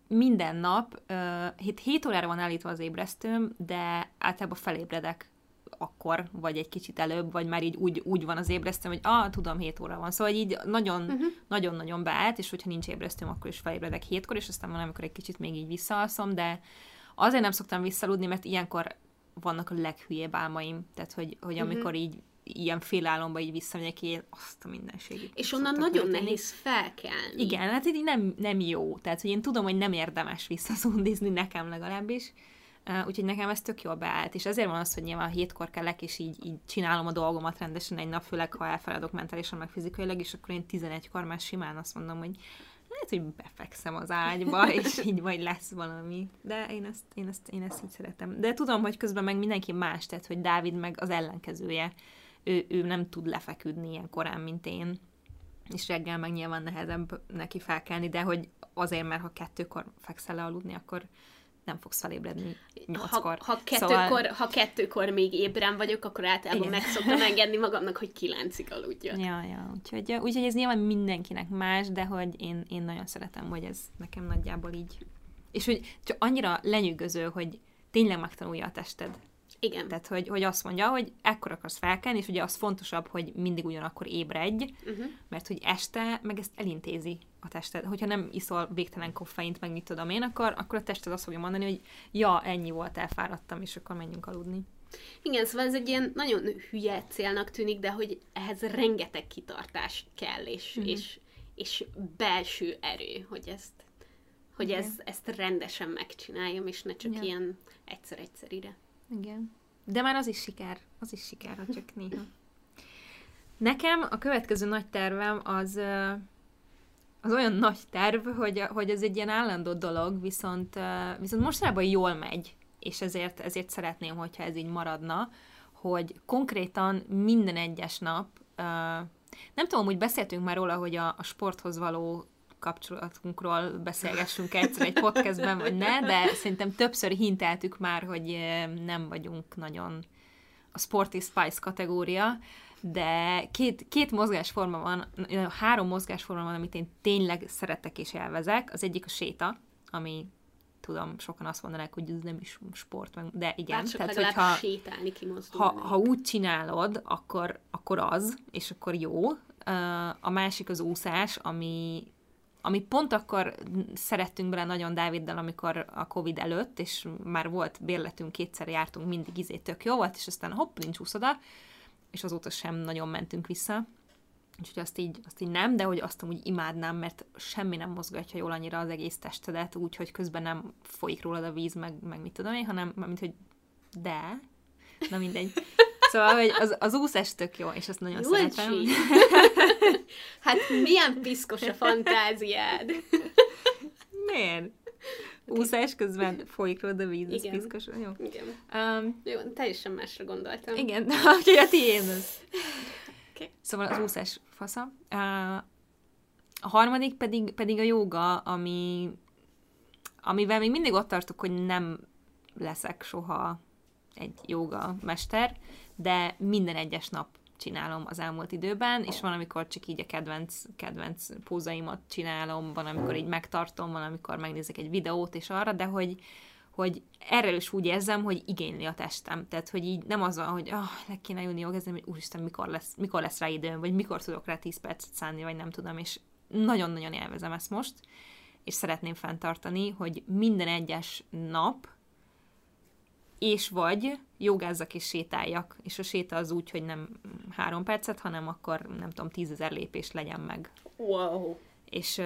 A: minden nap, 7 órára van állítva az ébresztőm, de általában felébredek akkor, vagy egy kicsit előbb, vagy már így úgy van az ébresztőm, hogy tudom, 7 óra van. Szóval így nagyon-nagyon beállt, és hogyha nincs ébresztőm, akkor is felébredek 7-kor, és aztán valamikor egy kicsit még így visszaalszom, de azért nem szoktam visszaludni, mert ilyenkor vannak a leghülyébb álmaim. Tehát, hogy amikor így ilyen félálomba így visszamegyek, én azt a mindenségét.
B: És onnan nagyon nehéz felkelni.
A: Igen, hát így nem jó. Tehát, hogy én tudom, hogy nem érdemes visszazundizni, nekem legalábbis. Úgyhogy nekem ez tök jól beállt. És ezért van az, hogy nyilván 7-kor kelek, és így csinálom a dolgomat rendesen egy nap, főleg ha elfáradok mentálisan, meg fizikailag, és akkor én 11-kor már simán azt mondom, hogy lehet, hogy befekszem az ágyba, és így majd lesz valami. De én ezt így szeretem. De tudom, hogy közben meg mindenki más, tehát, hogy Dávid meg az ellenkezője. Ő nem tud lefeküdni ilyen korán, mint én. És reggel meg nyilván nehezebb neki felkelni, de hogy azért, mert ha 2-kor fekszel le aludni, akkor nem fogsz felébredni 8-kor.
B: Ha 2-kor még ébren vagyok, akkor általában meg szoktam engedni magamnak, hogy 9-ig aludjak.
A: Ja. Úgyhogy ez nyilván mindenkinek más, de hogy én nagyon szeretem, hogy ez nekem nagyjából így. És hogy csak annyira lenyűgöző, hogy tényleg megtanulja a tested.
B: Igen.
A: Tehát, hogy azt mondja, hogy ekkor akarsz felkelni, és ugye az fontosabb, hogy mindig ugyanakkor ébredj, mert hogy este meg ezt elintézi a tested. Hogyha nem iszol végtelen koffeint, meg mit tudom én, akkor a tested azt fogja mondani, hogy ja, ennyi volt, elfáradtam, és akkor menjünk aludni.
B: Igen, szóval ez egy ilyen nagyon hülye célnak tűnik, de hogy ehhez rengeteg kitartás kell, és belső erő, hogy ezt rendesen megcsináljam, és ne csak ilyen egyszer-egyszerire.
A: Igen. De már az is siker, ha csak néha. Nekem a következő nagy tervem az olyan nagy terv, hogy ez egy ilyen állandó dolog, viszont mostanában jól megy, és ezért szeretném, hogyha ez így maradna, hogy konkrétan minden egyes nap, nem tudom, hogy beszéltünk már róla, hogy a sporthoz való kapcsolatunkról beszélgessünk egyszer egy podcastben, vagy ne, de szerintem többször hinteltük már, hogy nem vagyunk nagyon a Sporty Spice kategória, de két mozgásforma van, 3 mozgásforma van, amit én tényleg szeretek és élvezek. Az egyik a séta, ami tudom, sokan azt mondanák, hogy ez nem is sport, de igen.
B: Tehát, hogyha sétálni, kimozdulni.
A: Ha úgy csinálod, akkor az, és akkor jó. A másik az úszás, ami pont akkor szerettünk bele nagyon Dáviddal, amikor a Covid előtt, és már volt bérletünk, 2-szer jártunk, mindig tök jó volt, és aztán hopp, nincs úszoda, és azóta sem nagyon mentünk vissza. Úgyhogy azt így nem, de hogy azt amúgy imádnám, mert semmi nem mozgatja jól annyira az egész testedet, úgyhogy közben nem folyik rólad a víz, meg mit tudom én, hanem mint hogy na mindegy. Szóval, hogy az úszás tök jó, és azt nagyon szeretem.
B: Hát milyen piszkos a fantáziád.
A: Miért? Okay. Úszás közben folyik rólad a víz, ez piszkos. Jó.
B: Igen. Jó, teljesen másra gondoltam.
A: Igen, úgyhogy a tiéd az. Okay. Szóval az úszás fasza. A harmadik pedig a jóga, amivel még mindig ott tartok, hogy nem leszek soha egy jóga mester, de minden egyes nap csinálom az elmúlt időben, és van, amikor csak így a kedvenc pózaimat csinálom, van, amikor így megtartom, van, amikor megnézek egy videót, és arra, de hogy erről is úgy érzem, hogy igényli a testem. Tehát, hogy így nem az van, hogy le kéne jönni jogázni, hogy úristen, mikor lesz rá időm, vagy mikor tudok rá 10 percet szánni, vagy nem tudom, és nagyon-nagyon élvezem ezt most, és szeretném fenntartani, hogy minden egyes nap és vagy jogázzak és sétáljak, és a séta az úgy, hogy nem 3 percet, hanem akkor, nem tudom, 10 000 lépést legyen meg.
B: Wow!
A: És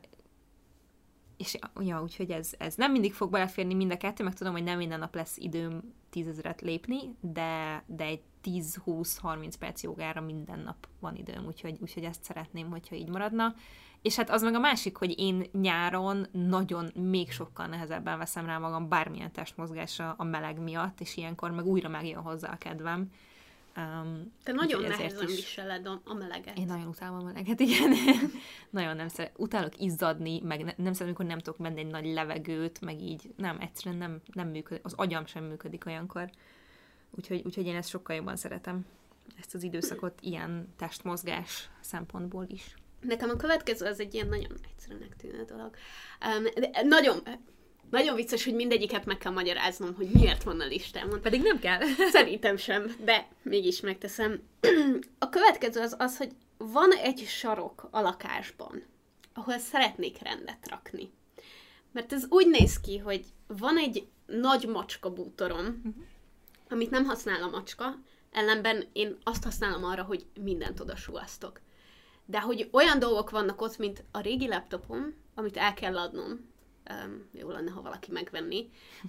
A: ja, úgyhogy ez nem mindig fog beleférni mind a kettő, meg tudom, hogy nem minden nap lesz időm 10 000-et lépni, de egy 10-20-30 perc jogára minden nap van időm, úgyhogy ezt szeretném, hogyha így maradna. És hát az meg a másik, hogy én nyáron nagyon még sokkal nehezebben veszem rá magam bármilyen testmozgásra a meleg miatt, és ilyenkor meg újra megjön hozzá a kedvem.
B: Te nagyon nehezen viseled a meleget.
A: Én nagyon utálom a meleget, igen. Nagyon nem utálok izzadni, meg nem szeretem, amikor nem tudok menni egy nagy levegőt, meg így nem, egyszerűen nem működik, az agyam sem működik olyankor. Úgyhogy én ezt sokkal jobban szeretem, ezt az időszakot ilyen testmozgás szempontból is.
B: Nekem a következő az egy ilyen nagyon egyszerűnek tűnő dolog. De nagyon vicces, hogy mindegyiket meg kell magyaráznom, hogy miért van a listámon.
A: Pedig nem kell.
B: Szerintem sem, de mégis megteszem. A következő az, hogy van egy sarok a lakásban, ahol szeretnék rendet rakni. Mert ez úgy néz ki, hogy van egy nagy macska bútorom, amit nem használ a macska, ellenben én azt használom arra, hogy mindent oda suvasztok. De hogy olyan dolgok vannak ott, mint a régi laptopom, amit el kell adnom, jó lenne, ha valaki megvenni,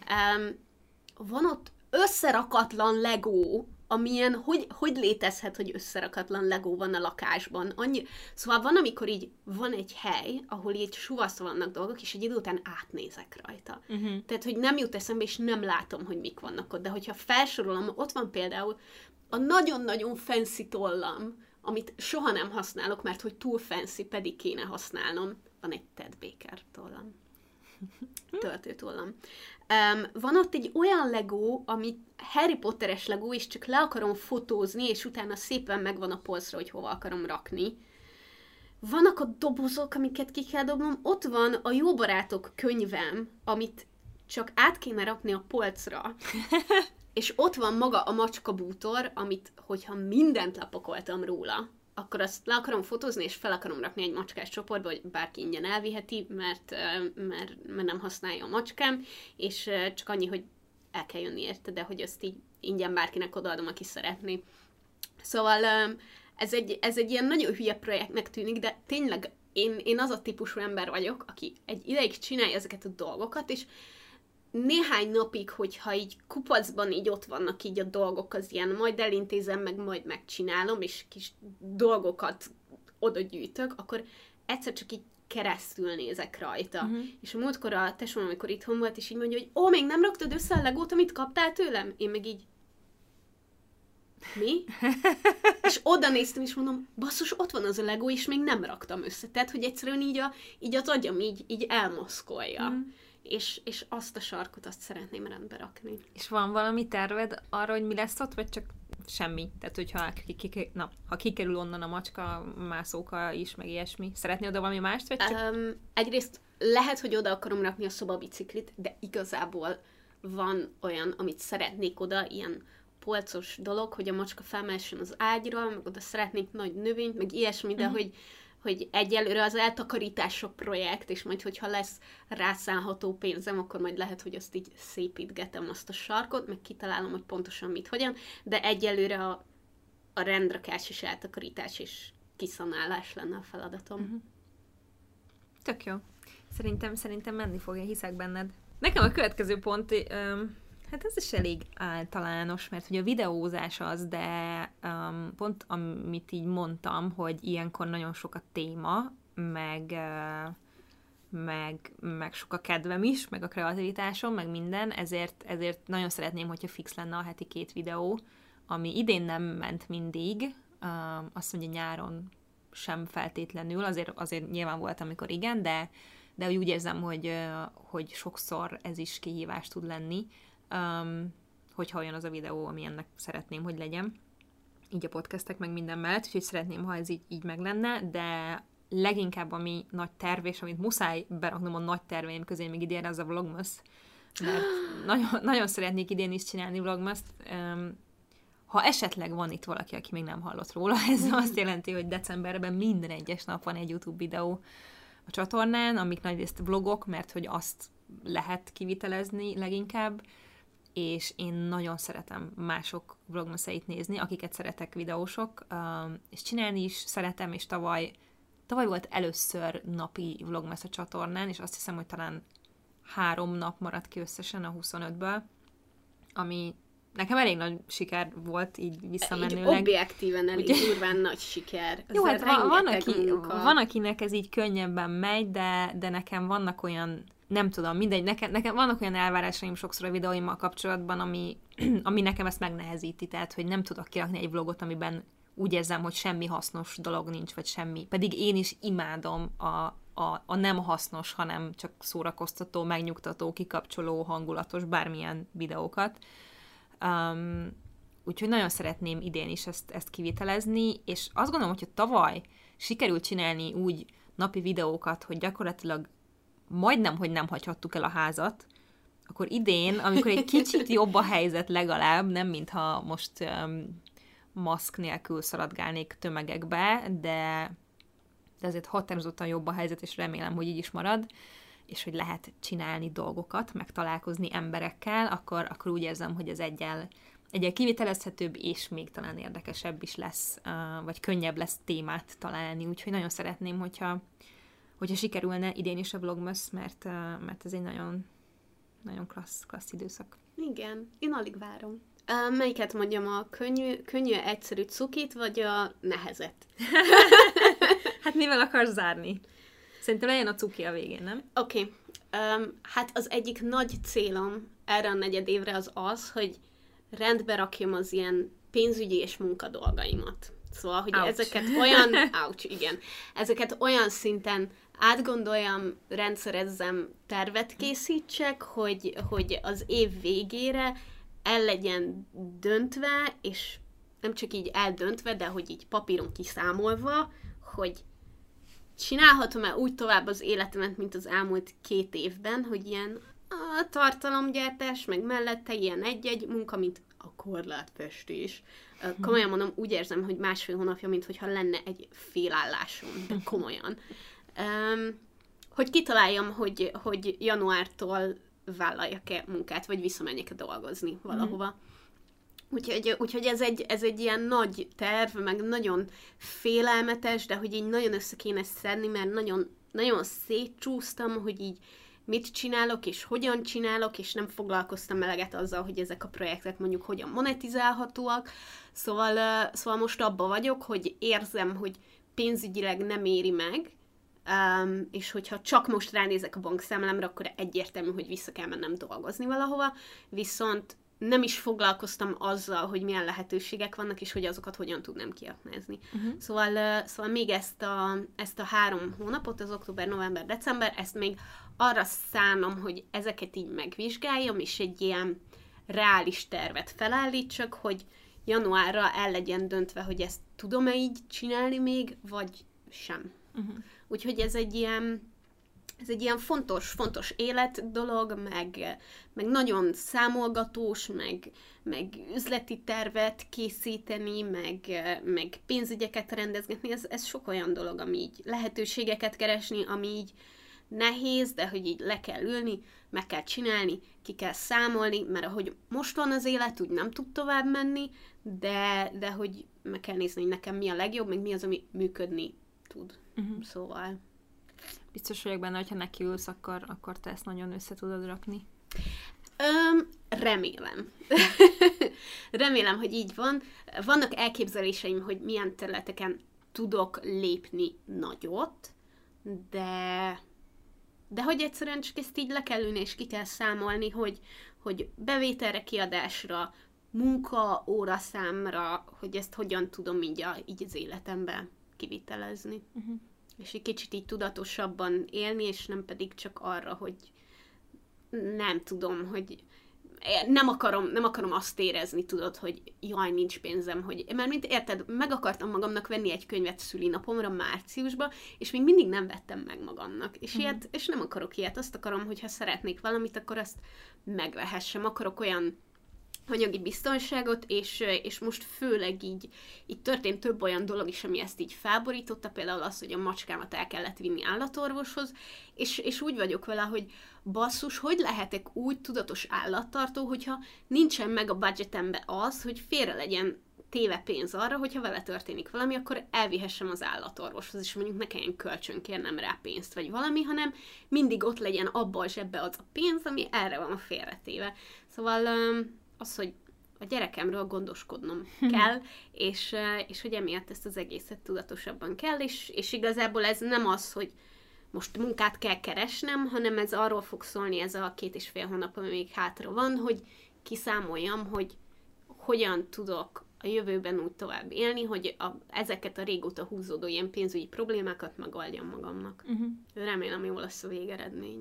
B: van ott összerakatlan Legó, amilyen, hogy létezhet, hogy összerakatlan Legó van a lakásban. Szóval van, amikor így van egy hely, ahol így suvasztva vannak dolgok, és egy idő után átnézek rajta. Tehát, hogy nem jut eszembe, és nem látom, hogy mik vannak ott. De hogyha felsorolom, ott van például a nagyon-nagyon fancy tollam, amit soha nem használok, mert hogy túl fancy, pedig kéne használnom. Van egy Ted Baker tollam. Töltőtollam. Van ott egy olyan Legó, ami Harry Potteres Legó, és csak le akarom fotózni, és utána szépen megvan a polcra, hogy hova akarom rakni. Vannak a dobozok, amiket ki kell dobnom. Ott van a Jó barátok könyvem, amit csak át kéne rakni a polcra. És ott van maga a macskabútor, amit, hogyha mindent lepakoltam róla, akkor azt le akarom fotózni, és fel akarom rakni egy macskás csoportba, hogy bárki ingyen elviheti, mert nem használja a macskám, és csak annyi, hogy el kell jönni érte, de hogy azt így ingyen bárkinek odaadom, aki szeretné. Szóval ez egy ilyen nagyon hülye projektnek tűnik, de tényleg én az a típusú ember vagyok, aki egy ideig csinálja ezeket a dolgokat, és néhány napig, hogyha így kupacban így ott vannak így a dolgok, az ilyen majd elintézem, meg majd megcsinálom, és kis dolgokat oda gyűjtök, akkor egyszer csak így keresztül nézek rajta. És a múltkor a tesóm, amikor itthon volt, és így mondja, hogy még nem raktad össze a Legót, amit kaptál tőlem? Én meg így mi? És oda néztem, és mondom, basszus, ott van az a Legó, és még nem raktam össze. Tehát, hogy egyszerűen így az agyam így elmaszkolja. És azt a sarkot, azt szeretném rendbe rakni.
A: És van valami terved arra, hogy mi lesz ott, vagy csak semmi? Tehát, hogyha ha kikerül onnan a macska, mászóka is, meg ilyesmi, szeretnél oda valami mást, vagy csak...
B: Egyrészt lehet, hogy oda akarom rakni a szobabiciklit, de igazából van olyan, amit szeretnék oda, ilyen polcos dolog, hogy a macska felmehessen az ágyra, meg oda szeretnék nagy növényt, meg ilyesmi, de hogy egyelőre az eltakarítások projekt, és majd, hogyha lesz rászánható pénzem, akkor majd lehet, hogy azt így szépítgetem azt a sarkot, meg kitalálom, hogy pontosan mit, hogyan, de egyelőre a rendrakás és eltakarítás és kiszanálás lenne a feladatom.
A: Tök jó. Szerintem menni fogja, hiszek benned. Nekem a következő pont, hát ez is elég általános, mert hogy a videózás az, de pont amit így mondtam, hogy ilyenkor nagyon sok a téma, meg sok a kedvem is, meg a kreativitásom, meg minden, ezért nagyon szeretném, hogyha fix lenne a heti 2 videó, ami idén nem ment mindig, azt mondja nyáron sem feltétlenül, azért nyilván volt, amikor igen, de úgy érzem, hogy sokszor ez is kihívás tud lenni, hogyha olyan az a videó, ami ennek szeretném, hogy legyen, így a podcastek meg minden mellett, úgyhogy szeretném, ha ez így meg lenne, de leginkább ami nagy terv, és amit muszáj beraknom a nagy terveim közé még idénre, az a Vlogmas, mert nagyon, nagyon szeretnék idén is csinálni Vlogmast. Ha esetleg van itt valaki, aki még nem hallott róla, ez azt jelenti, hogy decemberben minden egyes nap van egy YouTube videó a csatornán, amik nagyrészt vlogok, mert hogy azt lehet kivitelezni leginkább, és én nagyon szeretem mások vlogmaseit nézni, akiket szeretek videósok, és csinálni is szeretem, és tavaly volt először napi vlogmas a csatornán, és azt hiszem, hogy talán 3 nap maradt ki összesen a 25-ből, ami nekem elég nagy siker volt így visszamenőleg.
B: Így objektíven elég durván nagy siker.
A: Jó, hát van, akinek ez így könnyebben megy, de nekem vannak olyan, nem tudom, mindegy, nekem vannak olyan elvárásaim sokszor a videóimmal kapcsolatban, ami nekem ezt megnehezíti, tehát, hogy nem tudok kirakni egy vlogot, amiben úgy érzem, hogy semmi hasznos dolog nincs, vagy semmi. Pedig én is imádom a nem hasznos, hanem csak szórakoztató, megnyugtató, kikapcsoló, hangulatos, bármilyen videókat. úgyhogy nagyon szeretném idén is ezt kivitelezni, és azt gondolom, hogyha tavaly sikerült csinálni úgy napi videókat, hogy gyakorlatilag majdnem, hogy nem hagyhattuk el a házat, akkor idén, amikor egy kicsit jobb a helyzet legalább, nem mintha most maszk nélkül szaladgálnék tömegekbe, de azért határozottan jobb a helyzet, és remélem, hogy így is marad, és hogy lehet csinálni dolgokat, meg találkozni emberekkel, akkor úgy érzem, hogy ez egyel kivitelezhetőbb, és még talán érdekesebb is lesz, vagy könnyebb lesz témát találni, úgyhogy nagyon szeretném, hogyha sikerülne idén is a Vlogmas, mert ez egy nagyon, nagyon klassz időszak.
B: Igen, én alig várom. Melyiket mondjam, a könnyű, egyszerű cukit, vagy a nehezet?
A: Hát mivel akarsz zárni? Szerintem legyen a cuki a végén, nem?
B: Oké. Hát az egyik nagy célom erre a negyedévre az, hogy rendbe rakjam az ilyen pénzügyi és munkadolgaimat. Szóval, hogy ezeket olyan... igen. Ezeket olyan szinten átgondoljam, rendszerezzem, tervet készítsek, hogy az év végére el legyen döntve, és nem csak így eldöntve, de hogy így papíron kiszámolva, hogy csinálhatom-e úgy tovább az életemet, mint az elmúlt 2 évben, hogy ilyen tartalomgyártás, meg mellette ilyen egy-egy munka, mint a korlátfestés. Komolyan mondom, úgy érzem, hogy 1,5 hónapja, mintha lenne egy félállásom, de komolyan. Hogy kitaláljam, hogy januártól vállaljak-e munkát, vagy visszamenjek-e dolgozni valahova. Úgyhogy ez egy ilyen nagy terv, meg nagyon félelmetes, de hogy így nagyon össze kéne szedni, mert nagyon, nagyon szétcsúsztam, hogy így mit csinálok, és hogyan csinálok, és nem foglalkoztam eleget azzal, hogy ezek a projektek mondjuk hogyan monetizálhatóak. Szóval most abba vagyok, hogy érzem, hogy pénzügyileg nem éri meg, és hogyha csak most ránézek a bankszámlámra, akkor egyértelmű, hogy vissza kell mennem dolgozni valahova, viszont nem is foglalkoztam azzal, hogy milyen lehetőségek vannak, és hogy azokat hogyan tudnám kiaknázni. Szóval még ezt a 3 hónapot, az október, november, december, ezt még arra szánom, hogy ezeket így megvizsgáljam, és egy ilyen reális tervet felállítsak, hogy januárra el legyen döntve, hogy ezt tudom-e így csinálni még, vagy sem. Úgyhogy ez egy ilyen fontos élet dolog, meg nagyon számolgatós, meg üzleti tervet készíteni, meg pénzügyeket rendezgetni, ez sok olyan dolog, ami így lehetőségeket keresni, ami így nehéz, de hogy így le kell ülni, meg kell csinálni, ki kell számolni, mert ahogy most van az élet, úgy nem tud tovább menni, de hogy meg kell nézni, hogy nekem mi a legjobb, meg mi az, ami működni tud. Szóval...
A: Biztos vagyok benne, hogyha nekiülsz, akkor te ezt nagyon össze tudod rakni.
B: Remélem. Remélem, hogy így van. Vannak elképzeléseim, hogy milyen területeken tudok lépni nagyot, de hogy egyszerűen csak ezt így le kell ülni, és ki kell számolni, hogy bevételre, kiadásra, munka, óraszámra, hogy ezt hogyan tudom így az életemben kivitelezni. És egy kicsit így tudatosabban élni, és nem pedig csak arra, hogy nem tudom, hogy nem akarom azt érezni, tudod, hogy jaj, nincs pénzem, hogy... Mert mint érted, meg akartam magamnak venni egy könyvet szülinapomra márciusba, és még mindig nem vettem meg magamnak. És ilyet, és nem akarok ilyet. Azt akarom, hogyha szeretnék valamit, akkor azt megvehessem. Akarok olyan anyagi biztonságot, és most főleg így történt több olyan dolog is, ami ezt így felborította, például az, hogy a macskámat el kellett vinni állatorvoshoz, és úgy vagyok vele, hogy basszus, hogy lehetek úgy tudatos állattartó, hogyha nincsen meg a budgetembe az, hogy félre legyen téve pénz arra, hogyha vele történik valami, akkor elvihessem az állatorvoshoz, és mondjuk ne kelljen kölcsön kérnem rá pénzt, vagy valami, hanem mindig ott legyen abba a zsebbe az a pénz, ami erre van félretéve. Szóval az, hogy a gyerekemről gondoskodnom kell, és hogy emiatt ezt az egészet tudatosabban kell, és igazából ez nem az, hogy most munkát kell keresnem, hanem ez arról fog szólni ez a 2,5 hónap, ami még hátra van, hogy kiszámoljam, hogy hogyan tudok a jövőben úgy tovább élni, hogy ezeket a régóta húzódó ilyen pénzügyi problémákat megoldjam magamnak. Remélem, jó lesz a végeredmény is.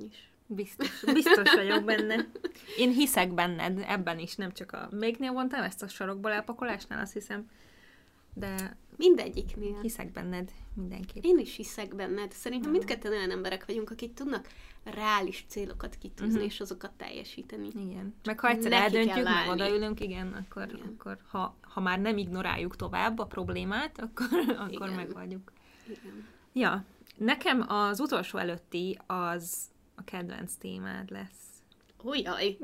A: Biztos vagyok benne. Én hiszek benned, ebben is, nem csak a... Melyiknél mondtam ezt a sarokból elpakolásnál, azt hiszem. De
B: mindegyiknél.
A: Hiszek benned mindenképp.
B: Én is hiszek benned. Szerintem mindketten olyan emberek vagyunk, akik tudnak reális célokat kitűzni, és azokat teljesíteni.
A: Igen. Meg ha egyszer eldöntjük, meg odaülünk, igen, akkor ha már nem ignoráljuk tovább a problémát, akkor megvagyjuk.
B: Igen.
A: Ja, nekem az utolsó előtti az a kedvenc témád lesz.
B: Ujjaj!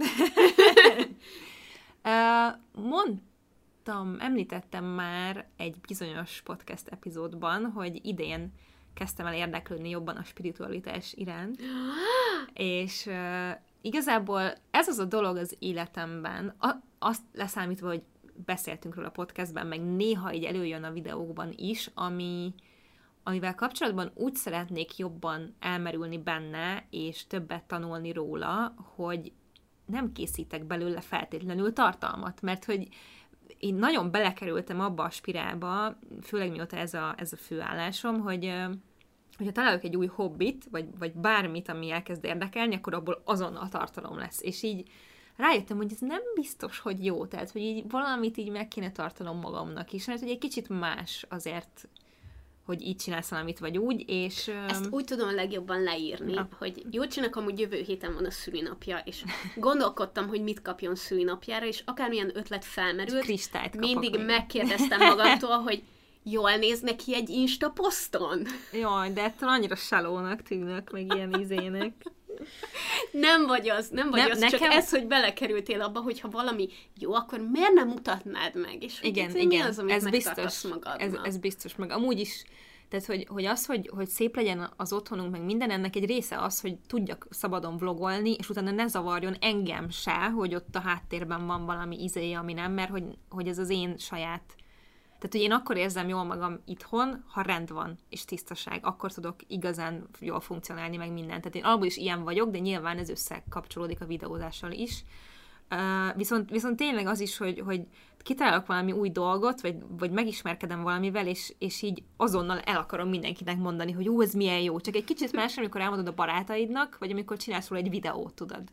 A: Említettem már egy bizonyos podcast epizódban, hogy idén kezdtem el érdeklődni jobban a spiritualitás iránt, és igazából ez az a dolog az életemben, azt leszámítva, hogy beszéltünk róla a podcastben, meg néha így előjön a videókban is, amivel kapcsolatban úgy szeretnék jobban elmerülni benne, és többet tanulni róla, hogy nem készítek belőle feltétlenül tartalmat, mert hogy én nagyon belekerültem abba a spirálba, főleg mióta ez a főállásom, hogyha találok egy új hobbit, vagy bármit, ami elkezd érdekelni, akkor abból azonnal tartalom lesz. És így rájöttem, hogy ez nem biztos, hogy jó, tehát, hogy így valamit így meg kéne tartanom magamnak is, mert hogy egy kicsit más azért, hogy így csinálsz valamit, vagy úgy, és...
B: Ezt úgy tudom a legjobban leírni, hogy Jócsinak amúgy jövő héten van a szülinapja, és gondolkodtam, hogy mit kapjon szülinapjára, és akármilyen ötlet felmerült, mindig megkérdeztem magamtól, hogy jól néz neki egy Insta poszton?
A: Jaj, de ettől annyira salónak tűnök, meg ilyen izének.
B: Nem vagy az, nekem... csak ez, hogy belekerültél abba, hogyha valami jó, akkor miért nem mutatnád meg? És
A: igen,
B: mi az, amit ez biztos,
A: magadnak? Ez biztos, meg amúgy is, tehát, hogy az, hogy szép legyen az otthonunk, meg minden, ennek egy része az, hogy tudjak szabadon vlogolni, és utána ne zavarjon engem se, hogy ott a háttérben van valami izé, ami nem, mert hogy ez az én saját. Tehát, hogy én akkor érzem jól magam itthon, ha rend van, és tisztaság, akkor tudok igazán jól funkcionálni, meg mindent. Tehát én alapból is ilyen vagyok, de nyilván ez összekapcsolódik a videózással is. Viszont tényleg az is, hogy kitalálok valami új dolgot, vagy megismerkedem valamivel, és így azonnal el akarom mindenkinek mondani, hogy ez milyen jó. Csak egy kicsit más, amikor elmondod a barátaidnak, vagy amikor csinálsz róla egy videót, tudod.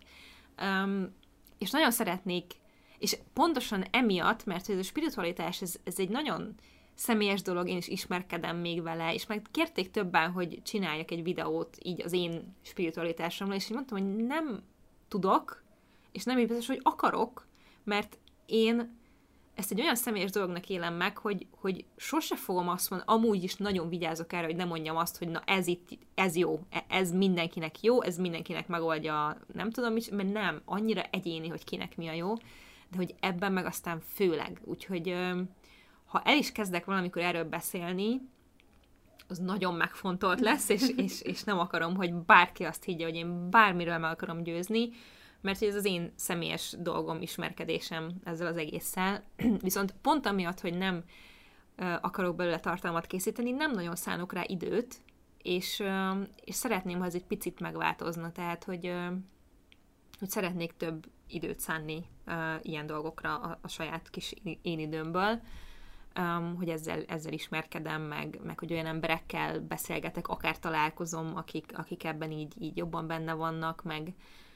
A: És nagyon szeretnék. És pontosan emiatt, mert ez a spiritualitás, ez egy nagyon személyes dolog, én is ismerkedem még vele, és meg kérték többen, hogy csináljak egy videót így az én spiritualitásomról, és én mondtam, hogy nem tudok, és nem biztos, hogy akarok, mert én ezt egy olyan személyes dolognak élem meg, hogy sose fogom azt mondani, amúgy is nagyon vigyázok erre, hogy ne mondjam azt, hogy na ez jó, ez mindenkinek jó, ez mindenkinek megoldja, nem tudom is, mert nem, annyira egyéni, hogy kinek mi a jó, de hogy ebben meg aztán főleg. Úgyhogy ha el is kezdek valamikor erről beszélni, az nagyon megfontolt lesz, és nem akarom, hogy bárki azt higgye, hogy én bármiről meg akarom győzni, mert ez az én személyes dolgom, ismerkedésem ezzel az egésszel. Viszont pont amiatt, hogy nem akarok belőle tartalmat készíteni, nem nagyon szánok rá időt, és szeretném, ha ez egy picit megváltozna, tehát, hogy szeretnék több időt szánni ilyen dolgokra a saját kis én időmből, hogy ezzel ismerkedem, meg hogy olyan emberekkel beszélgetek, akár találkozom, akik ebben így jobban benne vannak, meg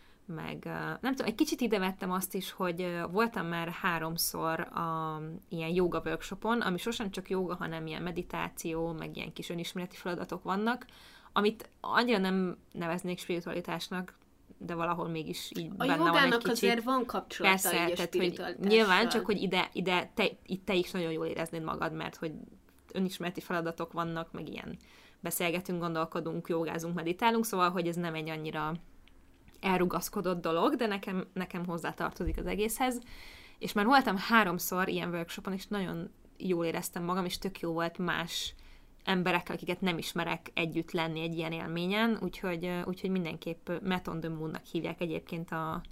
A: nem tudom, egy kicsit ide vettem azt is, hogy voltam már 3-szor ilyen yoga workshopon, ami sosem csak yoga, hanem ilyen meditáció, meg ilyen kis önismereti feladatok vannak, amit annyira nem neveznék spiritualitásnak, de valahol mégis így benne van egy kicsit.
B: A jogának azért van kapcsolata
A: persze,
B: így a spiritualitással.
A: Nyilván, csak hogy ide te is nagyon jól éreznéd magad, mert hogy önismereti feladatok vannak, meg ilyen beszélgetünk, gondolkodunk, jogázunk, meditálunk, szóval, hogy ez nem egy annyira elrugaszkodott dolog, de nekem hozzátartozik az egészhez. És már voltam 3-szor ilyen workshopon, és nagyon jól éreztem magam, és tök jó volt más emberekkel, akiket nem ismerek, együtt lenni egy ilyen élményen, úgyhogy mindenképp Met on the Moon-nak hívják egyébként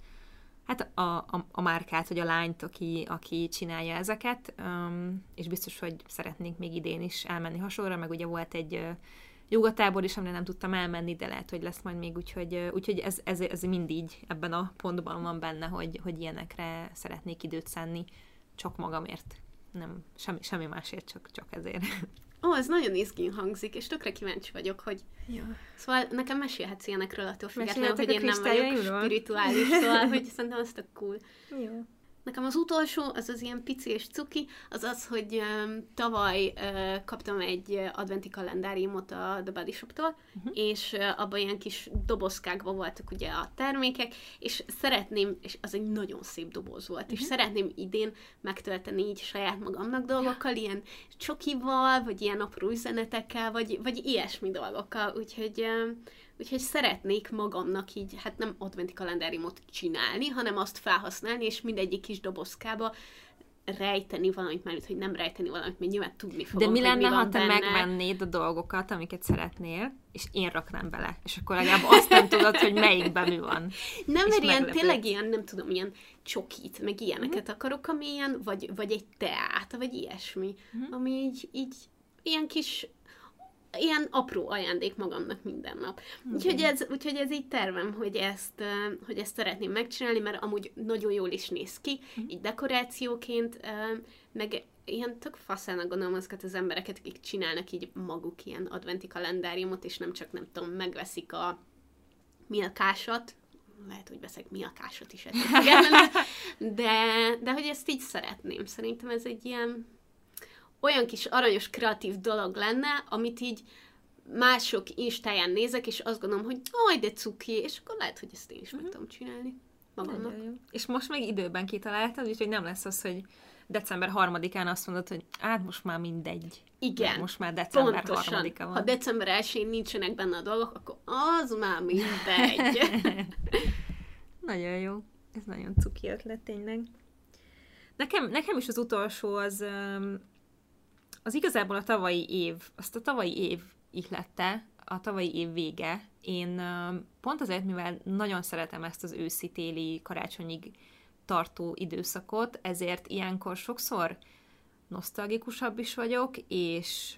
A: a márkát, vagy a lányt, aki csinálja ezeket, és biztos, hogy szeretnénk még idén is elmenni hasonlóra, meg ugye volt egy jogatábor is, amire nem tudtam elmenni, de lehet, hogy lesz majd még, úgyhogy ez mindig ebben a pontban van benne, hogy ilyenekre szeretnék időt szánni, csak magamért. Nem, semmi másért, csak ezért.
B: Ez nagyon izgén hangzik, és tökre kíváncsi vagyok, hogy...
A: Jó.
B: Szóval nekem mesélhetsz ilyenekről, attól függetlenül,
A: Mesélhetek
B: hogy
A: a
B: én nem vagyok
A: kristályairól?
B: spirituális, szóval, hogy szerintem az tök cool.
A: Jó.
B: Nekem az utolsó, az ilyen pici és cuki, az, hogy tavaly kaptam egy adventi kalendáriumot a The Body Shop-tól, és abban ilyen kis dobozkákban voltak ugye a termékek, és szeretném, és az egy nagyon szép doboz volt, és szeretném idén megtölteni így saját magamnak dolgokkal, ilyen csokival, vagy ilyen apró üzenetekkel, vagy ilyesmi dolgokkal, úgyhogy szeretnék magamnak így, hát nem adventi kalendáriumot csinálni, hanem azt felhasználni, és mindegyik kis dobozkába rejteni valamit, mert hogy nem rejteni valamit, mert nyilván tudni fogom,
A: de mi lenne,
B: hogy mi
A: ha
B: van
A: te
B: benne.
A: megvennéd a dolgokat, amiket szeretnél, és én raknám bele, és akkor legalább azt nem tudod, hogy melyikben mi van.
B: Nem,
A: és
B: mert ilyen,
A: meglepődsz.
B: tényleg ilyen, nem tudom, ilyen csokit, meg ilyeneket akarok, ami ilyen, vagy egy teát, vagy ilyesmi, ami így ilyen kis, ilyen apró ajándék magamnak minden nap. Úgyhogy ez így tervem, hogy ezt szeretném megcsinálni, mert amúgy nagyon jól is néz ki, így dekorációként, meg ilyen tök faszának gondolom azokat az embereket, akik csinálnak így maguk ilyen adventi kalendáriumot, és nem csak, nem tudom, megveszik a milkásat, lehet, hogy veszek milkásot is ettől függetlenül, de hogy ezt így szeretném. Szerintem ez egy ilyen olyan kis aranyos, kreatív dolog lenne, amit így mások instáján nézek, és azt gondolom, hogy de cuki, és akkor lehet, hogy ezt én is meg tudom csinálni magamnak.
A: Nagyon jó. És most meg időben kitaláltad, úgyhogy nem lesz az, hogy december 3-án azt mondod, hogy most már mindegy.
B: Igen.
A: Mert most már december
B: Pontosan.
A: 3-a van.
B: Ha december 1-én nincsenek benne a dolgok, akkor az már mindegy.
A: Nagyon jó. Ez nagyon cuki ötlet, tényleg. Nekem is az utolsó az igazából a tavalyi év, azt a tavalyi év ihlette, a tavalyi év vége. Én pont azért, mivel nagyon szeretem ezt az őszi-téli karácsonyig tartó időszakot, ezért ilyenkor sokszor nosztalgikusabb is vagyok, és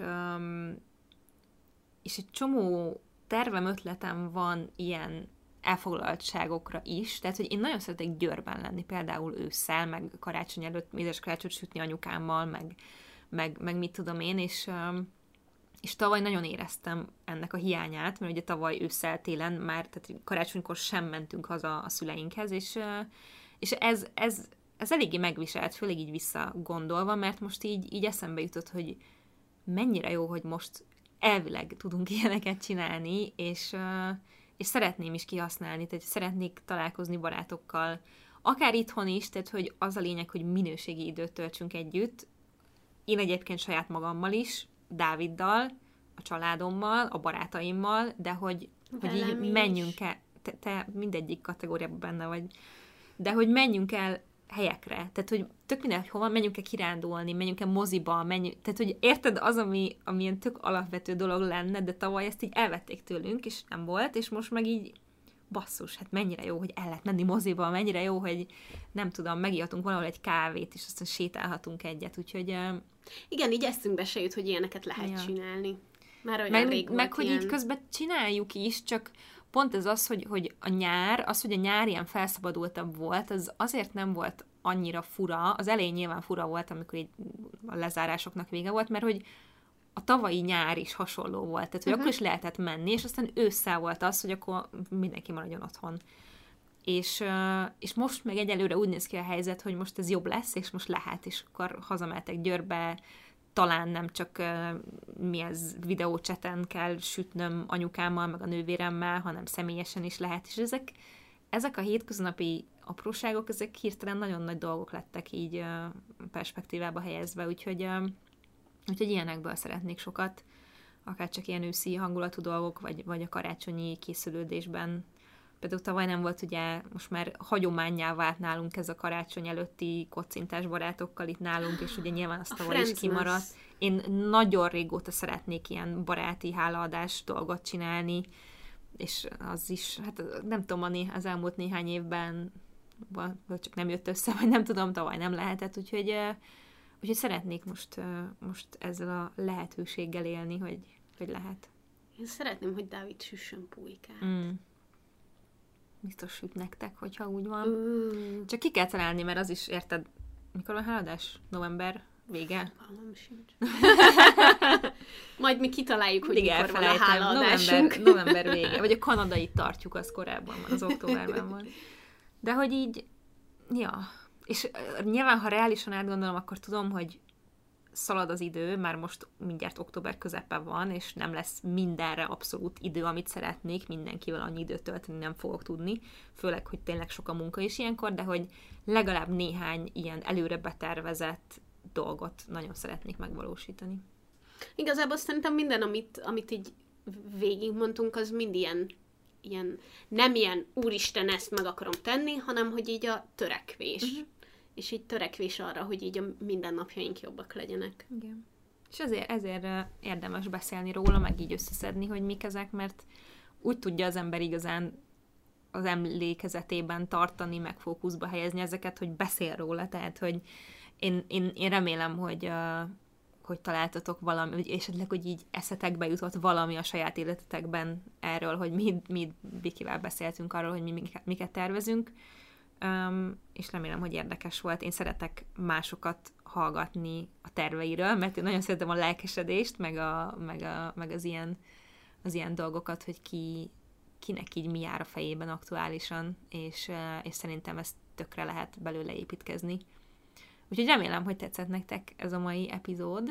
A: egy csomó tervem, ötletem van ilyen elfoglaltságokra is, tehát, hogy én nagyon szeretek Győrben lenni, például ősszel, meg karácsony előtt mézes karácsot sütni anyukámmal, meg mit tudom én, és tavaly nagyon éreztem ennek a hiányát, mert ugye tavaly ősszel, télen már, tehát karácsonykor sem mentünk haza a szüleinkhez, és ez eléggé megviselt, főleg így visszagondolva, mert most így eszembe jutott, hogy mennyire jó, hogy most elvileg tudunk ilyeneket csinálni, és szeretném is kihasználni, tehát szeretnék találkozni barátokkal, akár itthon is, tehát hogy az a lényeg, hogy minőségi időt töltsünk együtt. Én egyébként saját magammal is, Dáviddal, a családommal, a barátaimmal, de hogy így menjünk el, te mindegyik kategóriában benne vagy, de hogy menjünk el helyekre, tehát hogy tök minden, hova menjünk el kirándulni, menjünk el moziba, tehát hogy érted, az, ami ilyen tök alapvető dolog lenne, de tavaly ezt így elvették tőlünk, és nem volt, és most meg így basszus, hát mennyire jó, hogy el lehet menni moziba, mennyire jó, hogy nem tudom, megihatunk valahol egy kávét, és aztán sétálhatunk egyet, úgyhogy...
B: Igen, így eszünkbe se jut, hogy ilyeneket lehet csinálni. Már olyan rég volt
A: meg hogy így közben csináljuk is, csak pont ez az, hogy a nyár ilyen felszabadultabb volt, az azért nem volt annyira fura, az elején nyilván fura volt, amikor így a lezárásoknak vége volt, mert hogy a tavalyi nyár is hasonló volt, tehát hogy akkor is lehetett menni, és aztán ősszel volt az, hogy akkor mindenki maradjon otthon. És most meg egyelőre úgy néz ki a helyzet, hogy most ez jobb lesz, és most lehet, és akkor hazamehetek Győrbe, talán nem csak videócseten kell sütnöm anyukámmal, meg a nővéremmel, hanem személyesen is lehet, és ezek a hétköznapi apróságok, ezek hirtelen nagyon nagy dolgok lettek így perspektívába helyezve, úgyhogy ilyenekből szeretnék sokat, akár csak ilyen őszi hangulatú dolgok, vagy a karácsonyi készülődésben. Például tavaly nem volt, ugye most már hagyománnyá vált nálunk ez a karácsony előtti kocintás barátokkal itt nálunk, és ugye nyilván azt tavaly is kimaradt. Én nagyon régóta szeretnék ilyen baráti hálaadás dolgot csinálni, és az is, hát nem tudom, az elmúlt néhány évben vagy csak nem jött össze, vagy nem tudom, tavaly nem lehetett, úgyhogy szeretnék most ezzel a lehetőséggel élni, hogy lehet.
B: Én szeretném, hogy Dávid süssön pulykát.
A: Biztos süt nektek, hogyha úgy van. Csak ki kell találni, mert az is, érted, mikor van háladás? November Vége?
B: Valam sincs. Majd mi kitaláljuk, hogy
A: igen,
B: mikor van a hálaadásunk.
A: November vége. Vagy a kanadait tartjuk, az korábban van, az októberben van. De hogy így, ja. És nyilván, ha reálisan átgondolom, akkor tudom, hogy szalad az idő, már most mindjárt október közepe van, és nem lesz mindenre abszolút idő, amit szeretnék, mindenkivel annyi időt tölteni nem fogok tudni, főleg, hogy tényleg sok a munka is ilyenkor, de hogy legalább néhány ilyen előre betervezett dolgot nagyon szeretnék megvalósítani.
B: Igazából szerintem minden, amit így végigmondtunk, az mind ilyen nem ilyen úristen, ezt meg akarom tenni, hanem hogy így a törekvés. És így törekvés arra, hogy így a mindennapjaink jobbak legyenek.
A: Igen. És ezért érdemes beszélni róla, meg így összeszedni, hogy mik ezek, mert úgy tudja az ember igazán az emlékezetében tartani, meg fókuszba helyezni ezeket, hogy beszél róla. Tehát, hogy én remélem, hogy találtatok valami, vagy esetleg, hogy így eszetekbe jutott valami a saját életetekben erről, hogy mi Vikivel beszéltünk arról, hogy miket tervezünk, és remélem, hogy érdekes volt. Én szeretek másokat hallgatni a terveiről, mert én nagyon szeretem a lelkesedést, meg az ilyen dolgokat, hogy kinek így mi jár a fejében aktuálisan, és szerintem ezt tökre lehet belőle építkezni. Úgyhogy remélem, hogy tetszett nektek ez a mai epizód.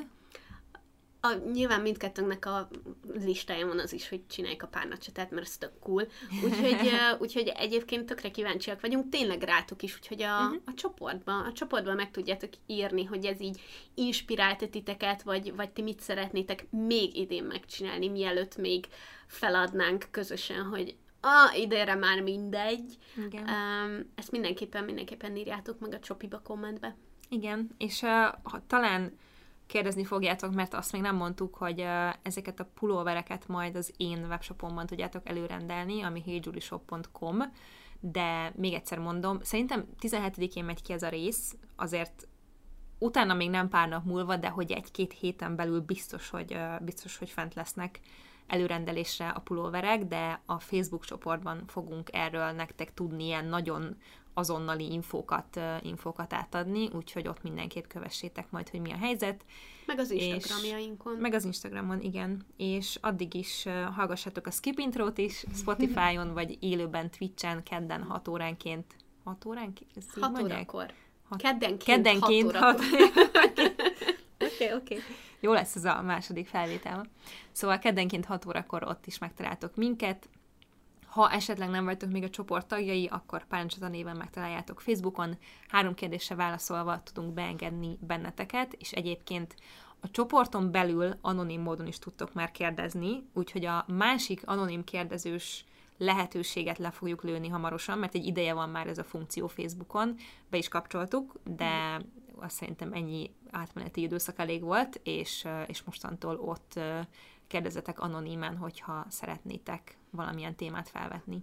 B: Nyilván mindkettőnknek a listáján van az is, hogy csináljuk a párnacsatát, mert ez tök cool. Úgyhogy egyébként tökre kíváncsiak vagyunk, tényleg rátok is, úgyhogy a csoportban meg tudjátok írni, hogy ez így inspirálta titeket, vagy ti mit szeretnétek még idén megcsinálni, mielőtt még feladnánk közösen, hogy idénre már mindegy.
A: Igen.
B: Ezt mindenképpen írjátok meg a csopiba kommentbe.
A: Igen, és talán kérdezni fogjátok, mert azt még nem mondtuk, hogy ezeket a pulóvereket majd az én webshopomban tudjátok előrendelni, ami heyjulishop.com, de még egyszer mondom, szerintem 17-én megy ki ez a rész, azért utána még nem pár nap múlva, de hogy 1-2 héten belül biztos, hogy fent lesznek előrendelésre a pulóverek, de a Facebook csoportban fogunk erről nektek tudni ilyen nagyon azonnali infókat átadni, úgyhogy ott mindenképp kövessétek majd, hogy mi a helyzet.
B: Meg az Instagramjainkon.
A: Meg az Instagramon, igen. És addig is hallgassátok a Skip Intrót is, Spotify-on, vagy élőben Twitch-en, kedden 6 óránként. 6 óránként?
B: 6 órakor.
A: Keddenként 6 órakor. Oké. Jó lesz ez a második felvétel. Szóval keddenként 6 órakor ott is megtaláltok minket. Ha esetleg nem vagytok még a csoport tagjai, akkor Párnacsata néven megtaláljátok Facebookon. 3 kérdésre válaszolva tudunk beengedni benneteket, és egyébként a csoporton belül anonim módon is tudtok már kérdezni, úgyhogy a másik anonim kérdezős lehetőséget le fogjuk lőni hamarosan, mert egy ideje van már ez a funkció Facebookon, be is kapcsoltuk, de azt szerintem ennyi átmeneti időszak elég volt, és mostantól ott kérdezzetek anonimen, hogyha szeretnétek valamilyen témát felvetni.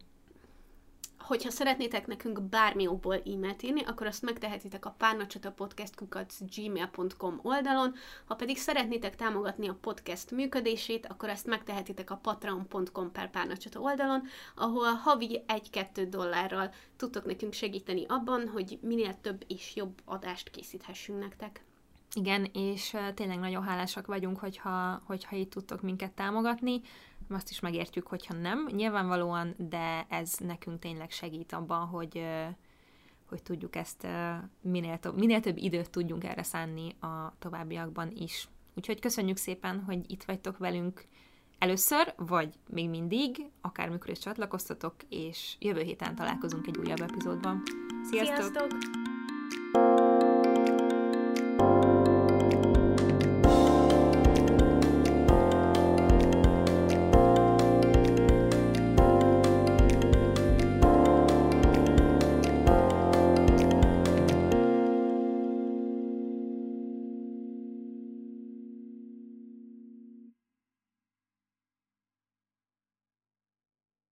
B: Hogyha szeretnétek nekünk bármi okból e-mailt írni, akkor azt megtehetitek a párnacsatapodcast@gmail.com oldalon, ha pedig szeretnétek támogatni a podcast működését, akkor ezt megtehetitek a patreon.com/párnacsata oldalon, ahol havi $1-2 tudtok nekünk segíteni abban, hogy minél több és jobb adást készíthessünk nektek.
A: Igen, és tényleg nagyon hálásak vagyunk, hogyha így tudtok minket támogatni. Azt is megértjük, hogyha nem, nyilvánvalóan, de ez nekünk tényleg segít abban, hogy tudjuk ezt minél több időt tudjunk erre szánni a továbbiakban is. Úgyhogy köszönjük szépen, hogy itt vagytok velünk először, vagy még mindig, akármikor is csatlakoztatok, és jövő héten találkozunk egy újabb epizódban. Sziasztok!
B: Sziasztok!